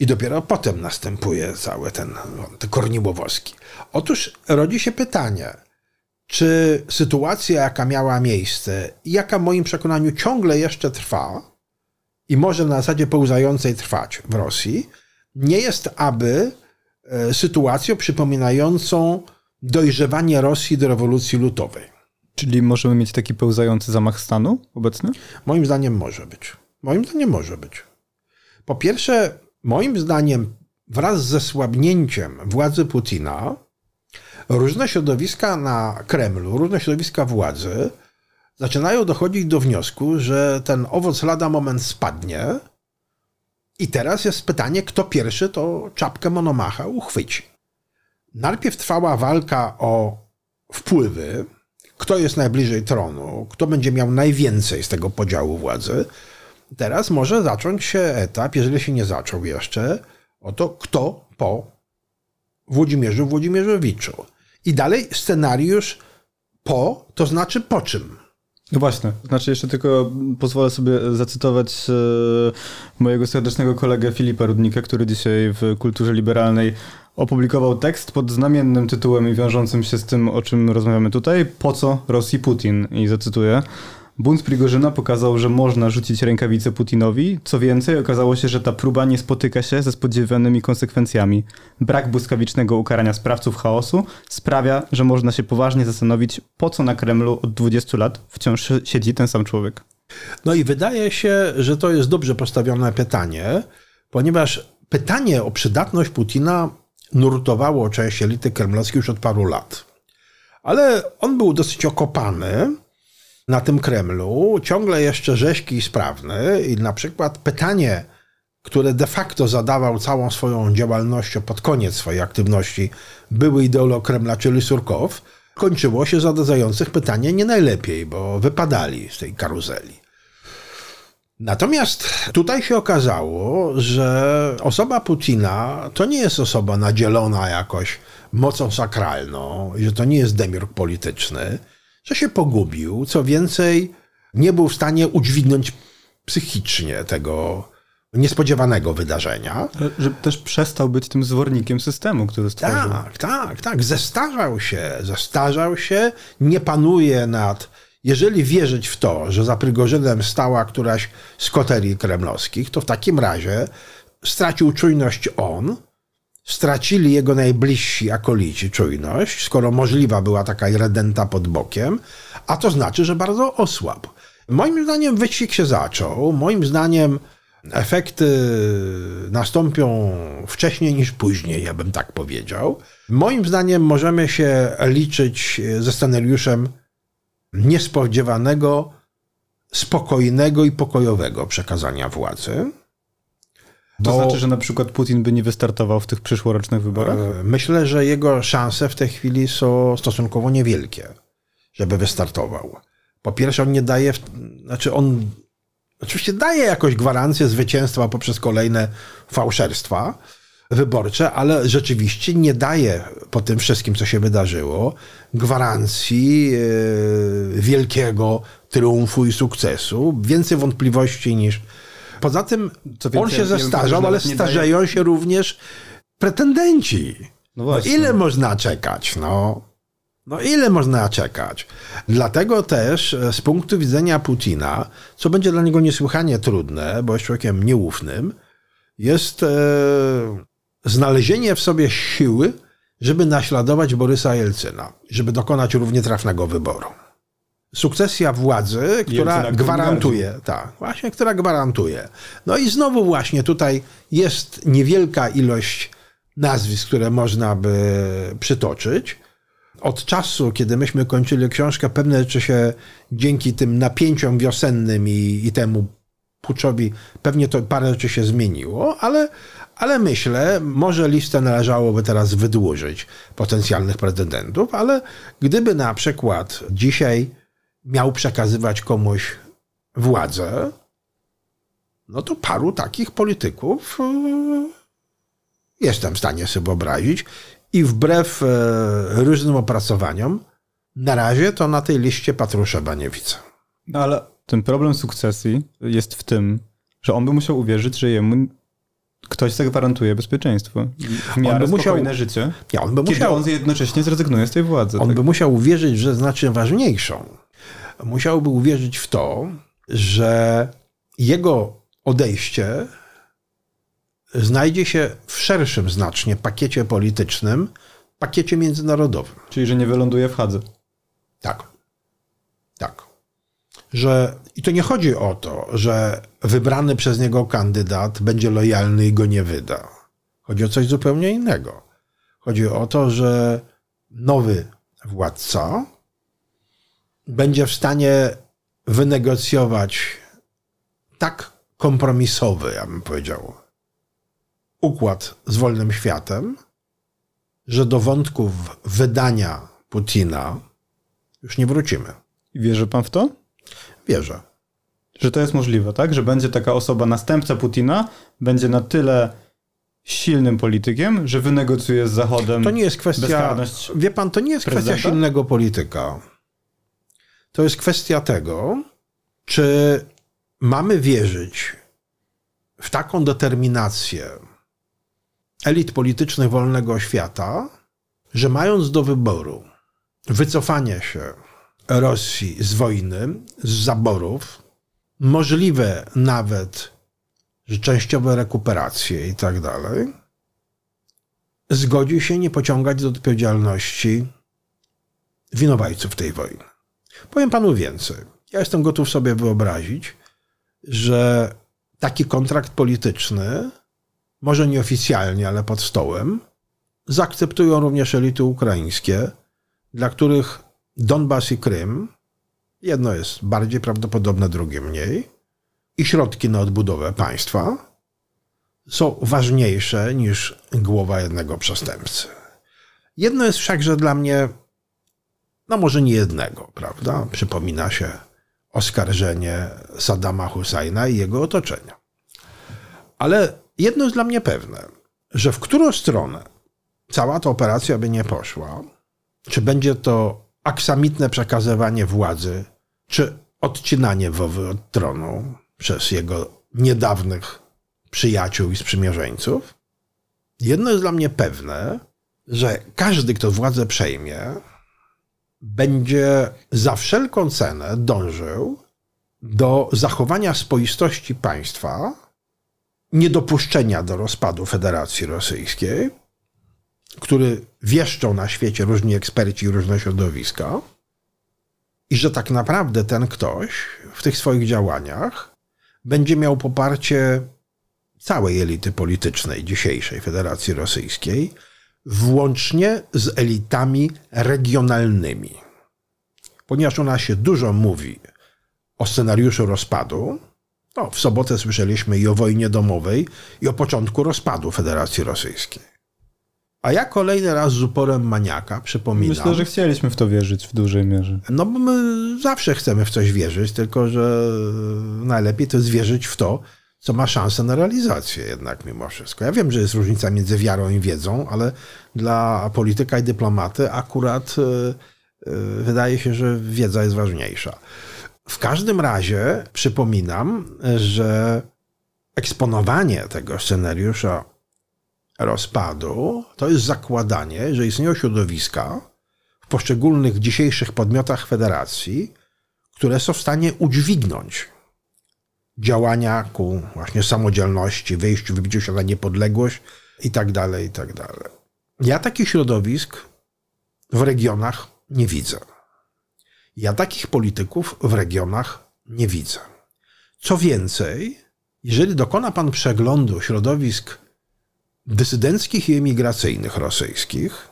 I dopiero potem następuje cały ten Korniłowowski. Otóż rodzi się pytanie, czy sytuacja, jaka miała miejsce i jaka w moim przekonaniu ciągle jeszcze trwa i może na zasadzie pełzającej trwać w Rosji, nie jest aby sytuacją przypominającą dojrzewanie Rosji do rewolucji lutowej. Czyli możemy mieć taki pełzający zamach stanu obecny? Moim zdaniem może być. Moim zdaniem może być. Po pierwsze, moim zdaniem wraz ze słabnięciem władzy Putina różne środowiska na Kremlu, różne środowiska władzy zaczynają dochodzić do wniosku, że ten owoc lada moment spadnie i teraz jest pytanie, kto pierwszy to czapkę Monomacha uchwyci. Najpierw trwała walka o wpływy, kto jest najbliżej tronu, kto będzie miał najwięcej z tego podziału władzy. Teraz może zacząć się etap, jeżeli się nie zaczął jeszcze, o to, kto po Włodzimierzu Włodzimierzowiczu. I dalej scenariusz po, to znaczy po czym. No właśnie, znaczy jeszcze tylko pozwolę sobie zacytować mojego serdecznego kolegę Filipa Rudnika, który dzisiaj w Kulturze Liberalnej opublikował tekst pod znamiennym tytułem i wiążącym się z tym, o czym rozmawiamy tutaj. Po co Rosji Putin? I zacytuję. Bunt Prigorzyna pokazał, że można rzucić rękawicę Putinowi. Co więcej, okazało się, że ta próba nie spotyka się ze spodziewanymi konsekwencjami. Brak błyskawicznego ukarania sprawców chaosu sprawia, że można się poważnie zastanowić, po co na Kremlu od 20 lat wciąż siedzi ten sam człowiek. No i wydaje się, że to jest dobrze postawione pytanie, ponieważ pytanie o przydatność Putina nurtowało część elity kremlowskiej już od paru lat. Ale on był dosyć okopany na tym Kremlu, ciągle jeszcze rzeźki i sprawny i na przykład pytanie, które de facto zadawał całą swoją działalnością pod koniec swojej aktywności były ideolog Kremla, czyli Surkow, kończyło się zadających pytanie nie najlepiej, bo wypadali z tej karuzeli. Natomiast tutaj się okazało, że osoba Putina to nie jest osoba nadzielona jakoś mocą sakralną i że to nie jest demiurg polityczny, że się pogubił, co więcej, nie był w stanie udźwignąć psychicznie tego niespodziewanego wydarzenia. Że też przestał być tym zwornikiem systemu, który stworzył. Tak. Zestarzał się, nie panuje nad... Jeżeli wierzyć w to, że za Prygorzynem stała któraś z koterii kremlowskich, to w takim razie stracił czujność on, stracili jego najbliżsi akolici czujność, skoro możliwa była taka redenta pod bokiem, a to znaczy, że bardzo osłabł. Moim zdaniem wyścig się zaczął, moim zdaniem efekty nastąpią wcześniej niż później, ja bym tak powiedział. Moim zdaniem możemy się liczyć ze scenariuszem niespodziewanego, spokojnego i pokojowego przekazania władzy. To znaczy, że na przykład Putin by nie wystartował w tych przyszłorocznych wyborach? Myślę, że jego szanse w tej chwili są stosunkowo niewielkie, żeby wystartował. Po pierwsze, on nie daje, on oczywiście daje jakąś gwarancję zwycięstwa poprzez kolejne fałszerstwa wyborcze, ale rzeczywiście nie daje po tym wszystkim, co się wydarzyło, gwarancji wielkiego triumfu i sukcesu. Więcej wątpliwości niż... Poza tym on się zestarzał, ale starzeją się również pretendenci. No ile można czekać? No ile można czekać? Dlatego też z punktu widzenia Putina, co będzie dla niego niesłychanie trudne, bo jest człowiekiem nieufnym, jest znalezienie w sobie siły, żeby naśladować Borysa Jelcyna, żeby dokonać równie trafnego wyboru. Sukcesja władzy, która gwarantuje, która gwarantuje. No i znowu właśnie tutaj jest niewielka ilość nazwisk, które można by przytoczyć. Od czasu, kiedy myśmy kończyli książkę, pewne rzeczy się dzięki tym napięciom wiosennym i temu puczowi, pewnie to parę rzeczy się zmieniło, ale myślę, może listę należałoby teraz wydłużyć potencjalnych pretendentów, ale gdyby na przykład dzisiaj miał przekazywać komuś władzę, no to paru takich polityków jestem w stanie sobie wyobrazić i wbrew różnym opracowaniom na razie to na tej liście Patruszewa nie widzę. No ale ten problem sukcesji jest w tym, że on by musiał uwierzyć, że jemu ktoś zagwarantuje bezpieczeństwo. W miarę spokojne życie. Kiedy on jednocześnie zrezygnuje z tej władzy. On by musiał uwierzyć w rzecz znacznie ważniejszą. Musiałby uwierzyć w to, że jego odejście znajdzie się w szerszym znacznie pakiecie politycznym, pakiecie międzynarodowym. Czyli, że nie wyląduje w Hadze. Tak. I to nie chodzi o to, że wybrany przez niego kandydat będzie lojalny i go nie wyda. Chodzi o coś zupełnie innego. Chodzi o to, że nowy władca będzie w stanie wynegocjować tak kompromisowy, ja bym powiedział, układ z wolnym światem, że do wątków wydania Putina już nie wrócimy. I wierzy pan w to? Wierzę. Że to jest możliwe, tak? Że będzie taka osoba, następca Putina, będzie na tyle silnym politykiem, że wynegocjuje z Zachodem. To nie jest kwestia, bezkarność. Wie pan, to nie jest prezydenta? Kwestia silnego polityka. To jest kwestia tego, czy mamy wierzyć w taką determinację elit politycznych wolnego świata, że mając do wyboru wycofanie się Rosji z wojny, z zaborów, możliwe nawet że częściowe rekuperacje i tak dalej, zgodzi się nie pociągać do odpowiedzialności winowajców tej wojny. Powiem panu więcej. Ja jestem gotów sobie wyobrazić, że taki kontrakt polityczny, może nieoficjalnie, ale pod stołem, zaakceptują również elity ukraińskie, dla których Donbas i Krym, jedno jest bardziej prawdopodobne, drugie mniej, i środki na odbudowę państwa są ważniejsze niż głowa jednego przestępcy. Jedno jest wszakże dla mnie, no może nie jednego, prawda? Przypomina się oskarżenie Saddama Husajna i jego otoczenia. Ale jedno jest dla mnie pewne, że w którą stronę cała ta operacja by nie poszła, czy będzie to aksamitne przekazywanie władzy, czy odcinanie Wowy od tronu przez jego niedawnych przyjaciół i sprzymierzeńców, jedno jest dla mnie pewne, że każdy, kto władzę przejmie, będzie za wszelką cenę dążył do zachowania spoistości państwa, niedopuszczenia do rozpadu Federacji Rosyjskiej, który wieszczą na świecie różni eksperci i różne środowiska, i że tak naprawdę ten ktoś w tych swoich działaniach będzie miał poparcie całej elity politycznej dzisiejszej Federacji Rosyjskiej, włącznie z elitami regionalnymi. Ponieważ u nas się dużo mówi o scenariuszu rozpadu, no, w sobotę słyszeliśmy i o wojnie domowej, i o początku rozpadu Federacji Rosyjskiej. A ja kolejny raz z uporem maniaka przypominam... Myślę, że chcieliśmy w to wierzyć w dużej mierze. No bo my zawsze chcemy w coś wierzyć, tylko że najlepiej to jest wierzyć w to, co ma szansę na realizację jednak mimo wszystko. Ja wiem, że jest różnica między wiarą i wiedzą, ale dla polityka i dyplomaty akurat wydaje się, że wiedza jest ważniejsza. W każdym razie przypominam, że eksponowanie tego scenariusza rozpadu to jest zakładanie, że istnieją środowiska w poszczególnych dzisiejszych podmiotach federacji, które są w stanie udźwignąć działania ku właśnie samodzielności, wyjściu, wybiciu się na niepodległość i tak dalej, i tak dalej. Ja takich środowisk w regionach nie widzę. Ja takich polityków w regionach nie widzę. Co więcej, jeżeli dokona pan przeglądu środowisk dysydenckich i emigracyjnych rosyjskich,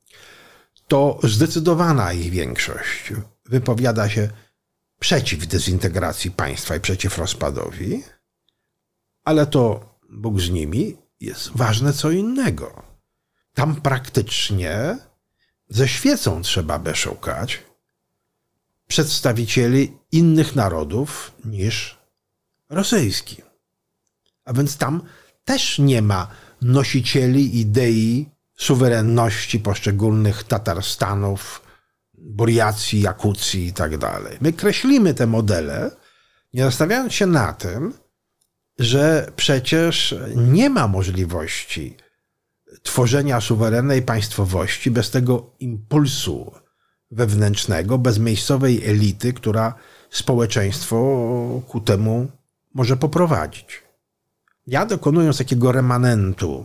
to zdecydowana ich większość wypowiada się przeciw dezintegracji państwa i przeciw rozpadowi, ale to Bóg z nimi, jest ważne co innego. Tam praktycznie ze świecą trzeba by szukać przedstawicieli innych narodów niż rosyjski. A więc tam też nie ma nosicieli idei suwerenności poszczególnych Tatarstanów, Buriacji, Jakucji i tak dalej. My kreślimy te modele, nie nastawiając się na tym, że przecież nie ma możliwości tworzenia suwerennej państwowości bez tego impulsu wewnętrznego, bez miejscowej elity, która społeczeństwo ku temu może poprowadzić. Ja, dokonując takiego remanentu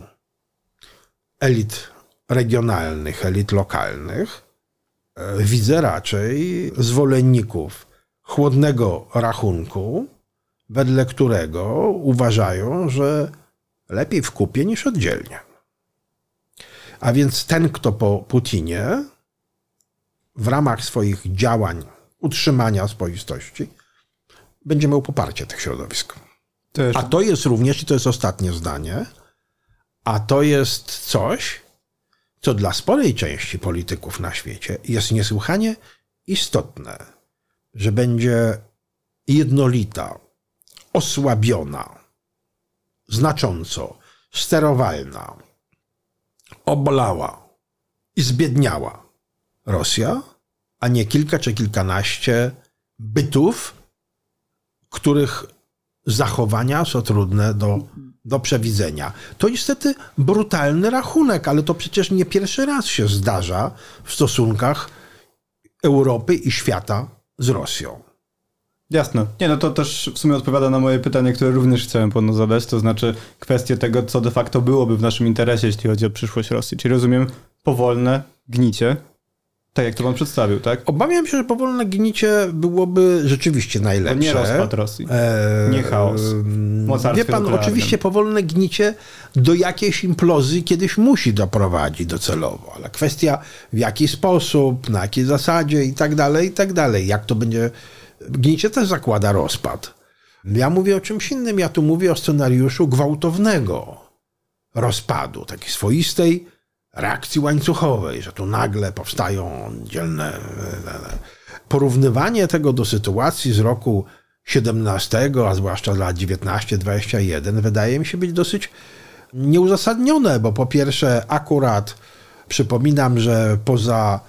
elit regionalnych, elit lokalnych, widzę raczej zwolenników chłodnego rachunku, wedle którego uważają, że lepiej w kupie niż oddzielnie. A więc ten, kto po Putinie w ramach swoich działań utrzymania swoistości będzie miał poparcie tych środowisk. A to jest również, i to jest ostatnie zdanie, a to jest coś, co dla sporej części polityków na świecie jest niesłychanie istotne, że będzie jednolita, osłabiona, znacząco, sterowalna, obolała i zbiedniała Rosja, a nie kilka czy kilkanaście bytów, których zachowania są trudne do przewidzenia. To niestety brutalny rachunek, ale to przecież nie pierwszy raz się zdarza w stosunkach Europy i świata z Rosją. Jasne. Nie, no to też w sumie odpowiada na moje pytanie, które również chciałem panu zadać, to znaczy kwestię tego, co de facto byłoby w naszym interesie, jeśli chodzi o przyszłość Rosji. Czyli rozumiem powolne gnicie, tak jak to pan przedstawił, tak? Obawiam się, że powolne gnicie byłoby rzeczywiście najlepsze. To nie rozpad Rosji, nie chaos. Wie pan, oczywiście powolne gnicie do jakiejś implozji kiedyś musi doprowadzić docelowo, ale kwestia w jaki sposób, na jakiej zasadzie i tak dalej. Jak to będzie... Gnicie też zakłada rozpad. Ja mówię o czymś innym, ja tu mówię o scenariuszu gwałtownego rozpadu, takiej swoistej reakcji łańcuchowej, że tu nagle powstają dzielne... Porównywanie tego do sytuacji z roku 17, a zwłaszcza lat 19-21, wydaje mi się być dosyć nieuzasadnione, bo po pierwsze akurat przypominam, że poza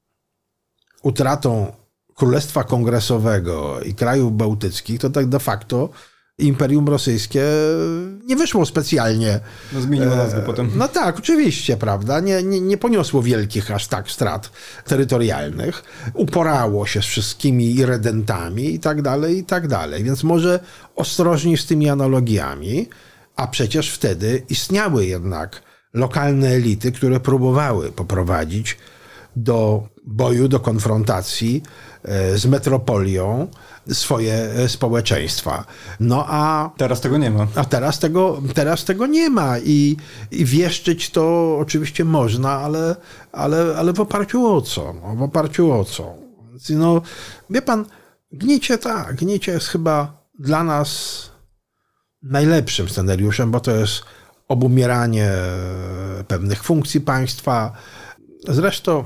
utratą Królestwa Kongresowego i krajów bałtyckich, to tak de facto Imperium Rosyjskie nie wyszło specjalnie. No zmieniło nazwę potem. No tak, oczywiście, prawda. Nie poniosło wielkich aż tak strat terytorialnych. Uporało się z wszystkimi irredentami i tak dalej. Więc może ostrożniej z tymi analogiami, a przecież wtedy istniały jednak lokalne elity, które próbowały poprowadzić do boju, do konfrontacji z metropolią swoje społeczeństwa. No a... Teraz tego nie ma. A teraz tego nie ma i wieszczyć to oczywiście można, ale w oparciu o co? No, w oparciu o co? No, wie pan, gnicie jest chyba dla nas najlepszym scenariuszem, bo to jest obumieranie pewnych funkcji państwa. Zresztą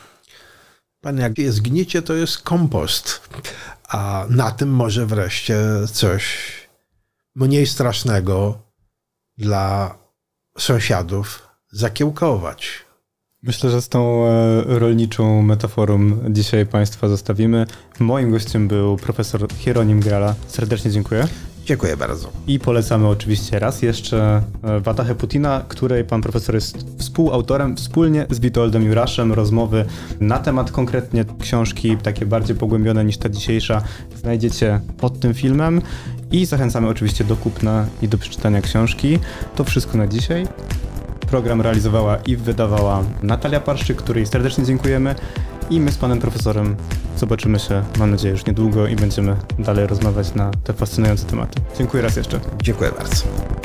pan, jak jest gnicie, to jest kompost, a na tym może wreszcie coś mniej strasznego dla sąsiadów zakiełkować. Myślę, że z tą rolniczą metaforą dzisiaj państwa zostawimy. Moim gościem był profesor Hieronim Grala. Serdecznie dziękuję. Dziękuję bardzo. I polecamy oczywiście raz jeszcze Watahę Putina, której pan profesor jest współautorem wspólnie z Witoldem Juraszem. Rozmowy na temat konkretnie książki, takie bardziej pogłębione niż ta dzisiejsza, znajdziecie pod tym filmem. I zachęcamy oczywiście do kupna i do przeczytania książki. To wszystko na dzisiaj. Program realizowała i wydawała Natalia Parszczyk, której serdecznie dziękujemy. I my z panem profesorem zobaczymy się, mam nadzieję, już niedługo i będziemy dalej rozmawiać na te fascynujące tematy. Dziękuję raz jeszcze. Dziękuję bardzo.